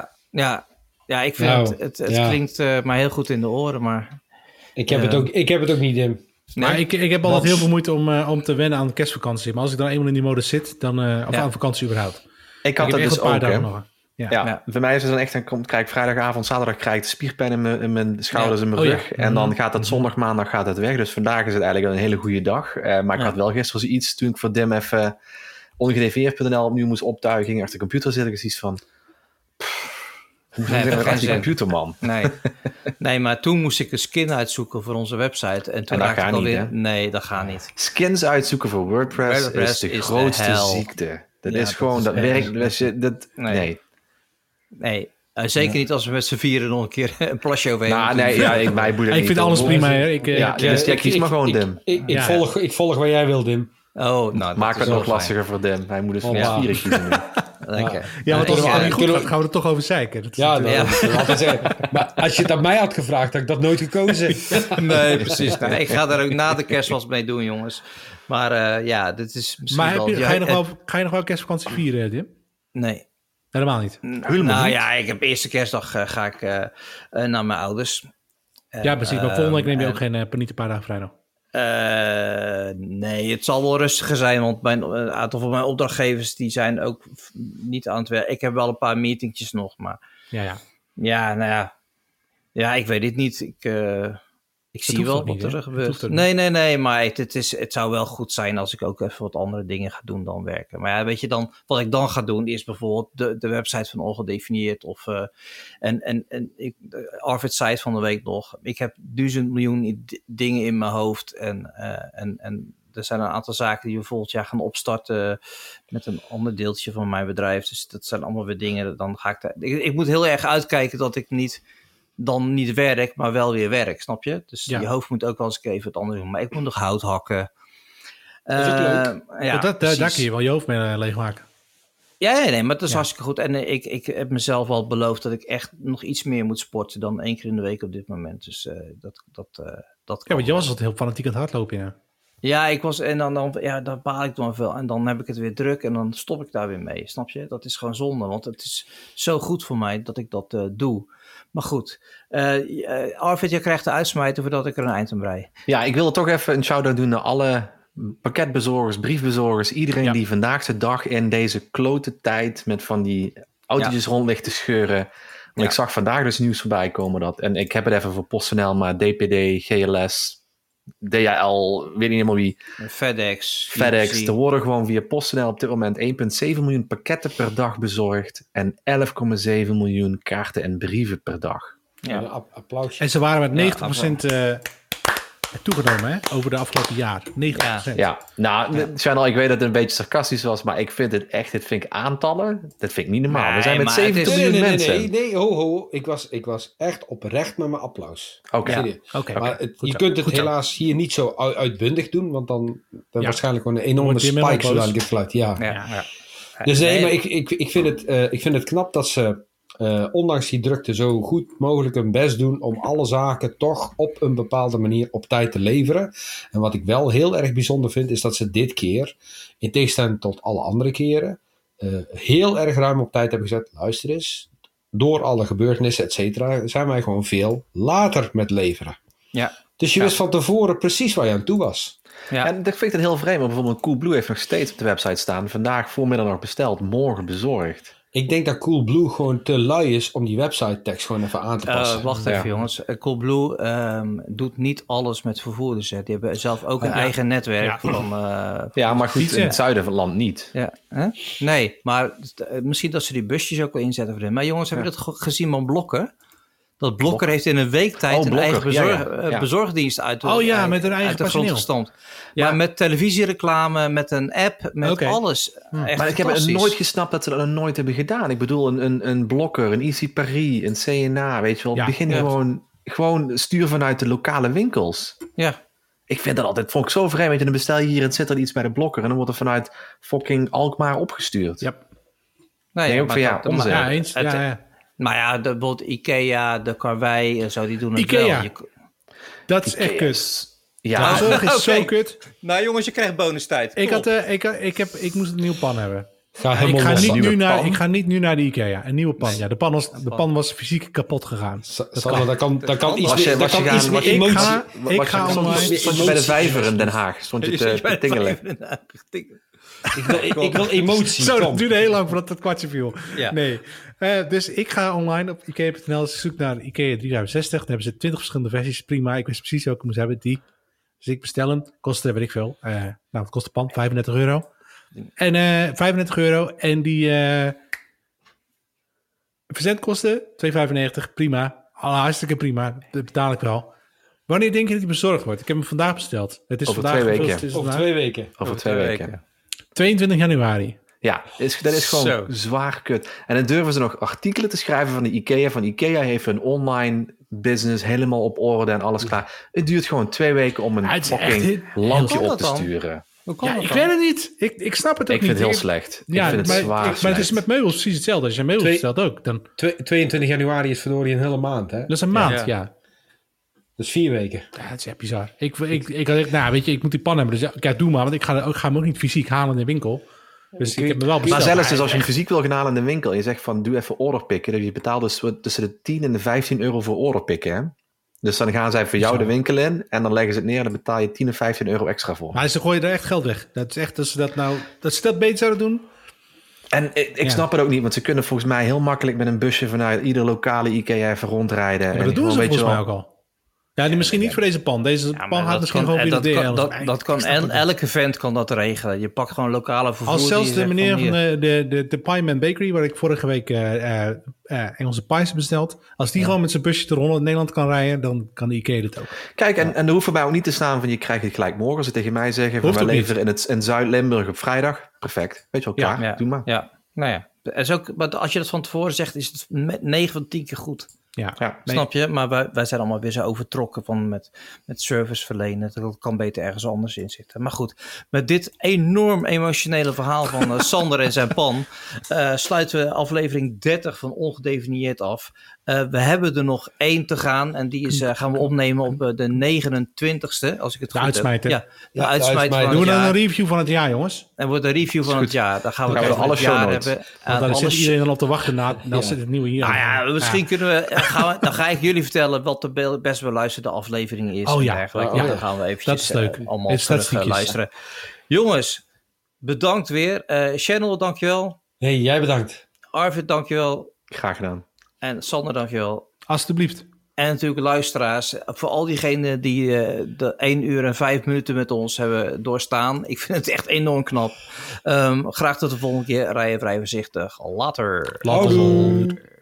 Ja, ik vind het klinkt maar heel goed in de oren, maar... Ik heb het ook niet, Dim. Nee, maar ik heb altijd heel veel moeite om te wennen aan de kerstvakantie. Maar als ik dan eenmaal in die modus zit, dan aan vakantie überhaupt. Ik had dat dus ook, hè. Ja, voor mij is het dan echt, krijg ik vrijdagavond, zaterdag krijg ik de spierpijn in mijn schouders en mijn rug. En dan gaat het zondag, maandag gaat het weg. Dus vandaag is het eigenlijk een hele goede dag. Maar ik had wel gisteren zoiets, toen ik voor Dim even ongedefinieerd.nl opnieuw moest optuigen, ging achter de computer zitten. Ik zoiets van... achter die computer, man. Nee, maar toen moest ik een skin uitzoeken voor onze website. En toen dacht ik alweer, nee, dat gaat niet. Skins uitzoeken voor WordPress is de grootste ziekte. Dat is gewoon, dat werkt... Nee, zeker niet als we met z'n vieren nog een keer een plasje overheen. Ik vind alles prima. Dus kies maar gewoon Dim. Ik volg waar jij wil, Dim. Oh, nou, maak het nog lastiger voor Dim. Hij moet dus van ons vieren kiezen. Ja, want als het niet goed gaat, gaan we er toch over zeiken. Maar als je het aan mij had gevraagd, had ik dat nooit gekozen. Nee, precies. Nee, ik ga daar ook na de kerst mee doen, jongens. Maar dit is misschien ga je nog wel kerstvakantie vieren, Dim? Nee. Helemaal niet? Ik heb eerste kerstdag ga ik naar mijn ouders. Ja, precies. Maar volgende week neem je ook niet een paar dagen vrij nog? Nee, het zal wel rustiger zijn, want een aantal van mijn opdrachtgevers die zijn ook niet aan het werk. Ik heb wel een paar meetingjes nog, maar... Ja, ik weet het niet. Ik zie wel wat er gebeurt. Nee, maar het zou wel goed zijn als ik ook even wat andere dingen ga doen dan werken. Maar ja, weet je dan, wat ik dan ga doen is bijvoorbeeld de website van Ongedefinieerd of Arvid zei het van de week nog. Ik heb 1000 miljoen dingen in mijn hoofd en er zijn een aantal zaken die we volgend jaar gaan opstarten met een ander deeltje van mijn bedrijf. Dus dat zijn allemaal weer dingen. Dan ga ik moet heel erg uitkijken dat ik niet werk, maar wel weer werk, snap je? Dus je hoofd moet ook wel eens even het andere doen. Maar ik moet nog hout hakken. Dat is ook leuk. Ja, daar kun je wel je hoofd mee leegmaken. Ja, nee, maar dat is hartstikke goed. En ik heb mezelf al beloofd dat ik echt nog iets meer moet sporten dan 1 keer in de week op dit moment. Dus dat kan. Ja, want je was altijd heel fanatiek aan het hardlopen, ja. Ja, ik was en dan daar baal ik dan veel. En dan heb ik het weer druk en dan stop ik daar weer mee. Snap je? Dat is gewoon zonde, want het is zo goed voor mij dat ik dat doe. Maar goed, Arvid, je krijgt de uitsmijter voordat ik er een eind aan brei. Ja, ik wil toch even een shout-out doen naar alle pakketbezorgers, briefbezorgers. Iedereen die vandaag de dag in deze klote tijd met van die autootjes rond ligt te scheuren. Want ik zag vandaag dus nieuws voorbij komen en ik heb het even voor PostNL, maar DPD, GLS, DHL, weet niet helemaal wie. FedEx. Er worden gewoon via PostNL op dit moment 1,7 miljoen pakketten per dag bezorgd en 11,7 miljoen kaarten en brieven per dag. Ja, een applausje. En ze waren met 90% toegenomen, hè? Over de afgelopen jaar. 90%. Ja. Channel, ik weet dat het een beetje sarcastisch was, maar ik vind het echt, dit vind ik aantallen, dat vind ik niet normaal. We zijn met 70 miljoen mensen. Nee, ho. Ik was echt oprecht met mijn applaus. Oké. Maar je kunt het helaas hier niet zo uitbundig doen, want dan waarschijnlijk gewoon een enorme spike zo aan dit geluid. Ja. Dus maar ik vind het knap dat ze ondanks die drukte zo goed mogelijk hun best doen om alle zaken toch op een bepaalde manier op tijd te leveren. En wat ik wel heel erg bijzonder vind, is dat ze dit keer, in tegenstelling tot alle andere keren, heel erg ruim op tijd hebben gezet. Luister eens, door alle gebeurtenissen, et cetera, zijn wij gewoon veel later met leveren. Ja. Dus je wist van tevoren precies waar je aan toe was. Ja. En dat vind ik dan heel vreemd, want bijvoorbeeld Coolblue heeft nog steeds op de website staan, vandaag voormiddag nog besteld, morgen bezorgd. Ik denk dat Coolblue gewoon te lui is om die website tekst gewoon even aan te passen. Wacht even jongens. Coolblue doet niet alles met vervoerders. Hè. Die hebben zelf ook een eigen netwerk. Ja, maar goed, in het zuiden van het land niet. Ja. Nee, maar misschien dat ze die busjes ook wel inzetten voor hen. Maar jongens, hebben we dat gezien van Blokker? Dat Blokker heeft in een week tijd een eigen bezorgdienst uit de grond gestampt. Ja. Maar met televisiereclame, met een app, met alles. Maar ik heb het nooit gesnapt dat ze dat nooit hebben gedaan. Ik bedoel, een Blokker, een Easy Paris, een CNA, weet je wel. Begin gewoon stuur vanuit de lokale winkels. Ja. Ik vind dat altijd, vond ik zo vreemd. Weet je, dan bestel je hier en zit er iets bij de Blokker en dan wordt er vanuit fucking Alkmaar opgestuurd. Ja. Nee, onzin. Maar ja, bijvoorbeeld Ikea, de Karwei en zo, die doen het Ikea. wel. Dat is echt kut. Ja, zorg is zo kut. Nou jongens, je krijgt bonustijd. Ik moest een nieuwe pan hebben. Ik ga niet nu naar de Ikea. Een nieuwe pan. Ja, de pan was fysiek kapot gegaan. Dat kan iets meer emotie. Ik ga online. Stond je bij de Vijver in Den Haag? Stond je te tingelen? Ik wil emotie. Zo, dat duurde heel lang voordat het kwartje viel. Ja. Nee. Dus ik ga online op Ikea.nl. Dus ik zoek naar Ikea 365. Dan hebben ze 20 verschillende versies. Prima. Ik wist precies welke ik moest hebben. Die. Dus ik bestel hem. Kostte, weet ik veel. Het kost de pan €35. En €35. En die verzendkosten €2,95. Prima. Hartstikke prima. Dat betaal ik wel. Wanneer denk je dat die bezorgd wordt? Ik heb hem vandaag besteld. Het is over vandaag 2 weken. Over 2 weken. Over 2 weken. 22 januari. Ja, dat is gewoon zwaar kut. En dan durven ze nog artikelen te schrijven van de Ikea. Van Ikea heeft een online business helemaal op orde en alles klaar. Het duurt gewoon 2 weken om een fucking landje op te sturen. Ik weet het niet. Ik snap het ook niet. Ik vind het heel slecht. Ja, ik vind het zwaar slecht. Maar het is met meubels precies hetzelfde. Als je meubels bestelt ook. Dan... 22 januari is verdorie een hele maand, hè? Dat is een maand, ja. Dat is 4 weken. Ja, dat is echt bizar. Ik had weet je, ik moet die pan hebben. Dus kijk, doe maar. Want ik ga hem ook niet fysiek halen in de winkel. Dus ik heb me wel besteld. Maar zelfs dus als je hem fysiek wil gaan halen in de winkel... en je zegt van, doe even orderpikken. Dus je betaalt dus tussen de 10 en de 15 euro voor orderpikken, hè? Dus dan gaan zij voor jou de winkel in... en dan leggen ze het neer en dan betaal je 10 of 15 euro extra voor. Maar ze gooien er echt geld weg. Dat is echt, dat ze dat beter zouden doen... En ik snap het ook niet, want ze kunnen volgens mij heel makkelijk... met een busje vanuit ieder lokale Ikea even rondrijden. Ja, maar dat doen ze volgens mij ook al. Ja, misschien niet voor deze pan. Deze pan gaat misschien gewoon via de DHL. Dat kan elke vent kan dat regelen. Je pakt gewoon lokale vervoer. Als zelfs de meneer van de Pieman Bakery, waar ik vorige week Engelse pies besteld, als die gewoon met zijn busje door Holland Nederland kan rijden, dan kan de IKEA het ook. Kijk, en er hoeft voor mij ook niet te staan van je krijgt het gelijk morgen. Als ze tegen mij zeggen, van wij leveren in Zuid-Limburg op vrijdag. Perfect. Weet je wel, klaar. Doe maar. Ja, nou ja. Is ook, maar als je dat van tevoren zegt, is het 9 van 10 keer goed. Ja, snap je? Maar wij zijn allemaal weer zo overtrokken van met service verlenen. Dat kan beter ergens anders in zitten. Maar goed, met dit enorm emotionele verhaal van Sander en zijn pan sluiten we aflevering 30 van Ongedefinieerd af. We hebben er nog 1 te gaan en die gaan we opnemen op de 29ste, als ik het goed heb. Ja, de uitsmijter. Doen we dan een review van het jaar, jongens? En wordt een review van het jaar. Dan gaan we alle show notes hebben. Want daar zit iedereen dan op te wachten dan zit het nieuwe hier. Nou ja, misschien kunnen we... Dan ga ik jullie vertellen wat de best beluisterde aflevering is. Oh ja. En dergelijke. Dan gaan we eventjes allemaal terug luisteren. Jongens, bedankt weer. Channel, dankjewel. Hey, jij bedankt. Arvid, dankjewel. Graag gedaan. En Sander, dankjewel. Alsjeblieft. En natuurlijk luisteraars, voor al diegenen die de 1 uur en 5 minuten met ons hebben doorstaan. Ik vind het echt enorm knap. Graag tot de volgende keer. Rijden vrij voorzichtig. Later.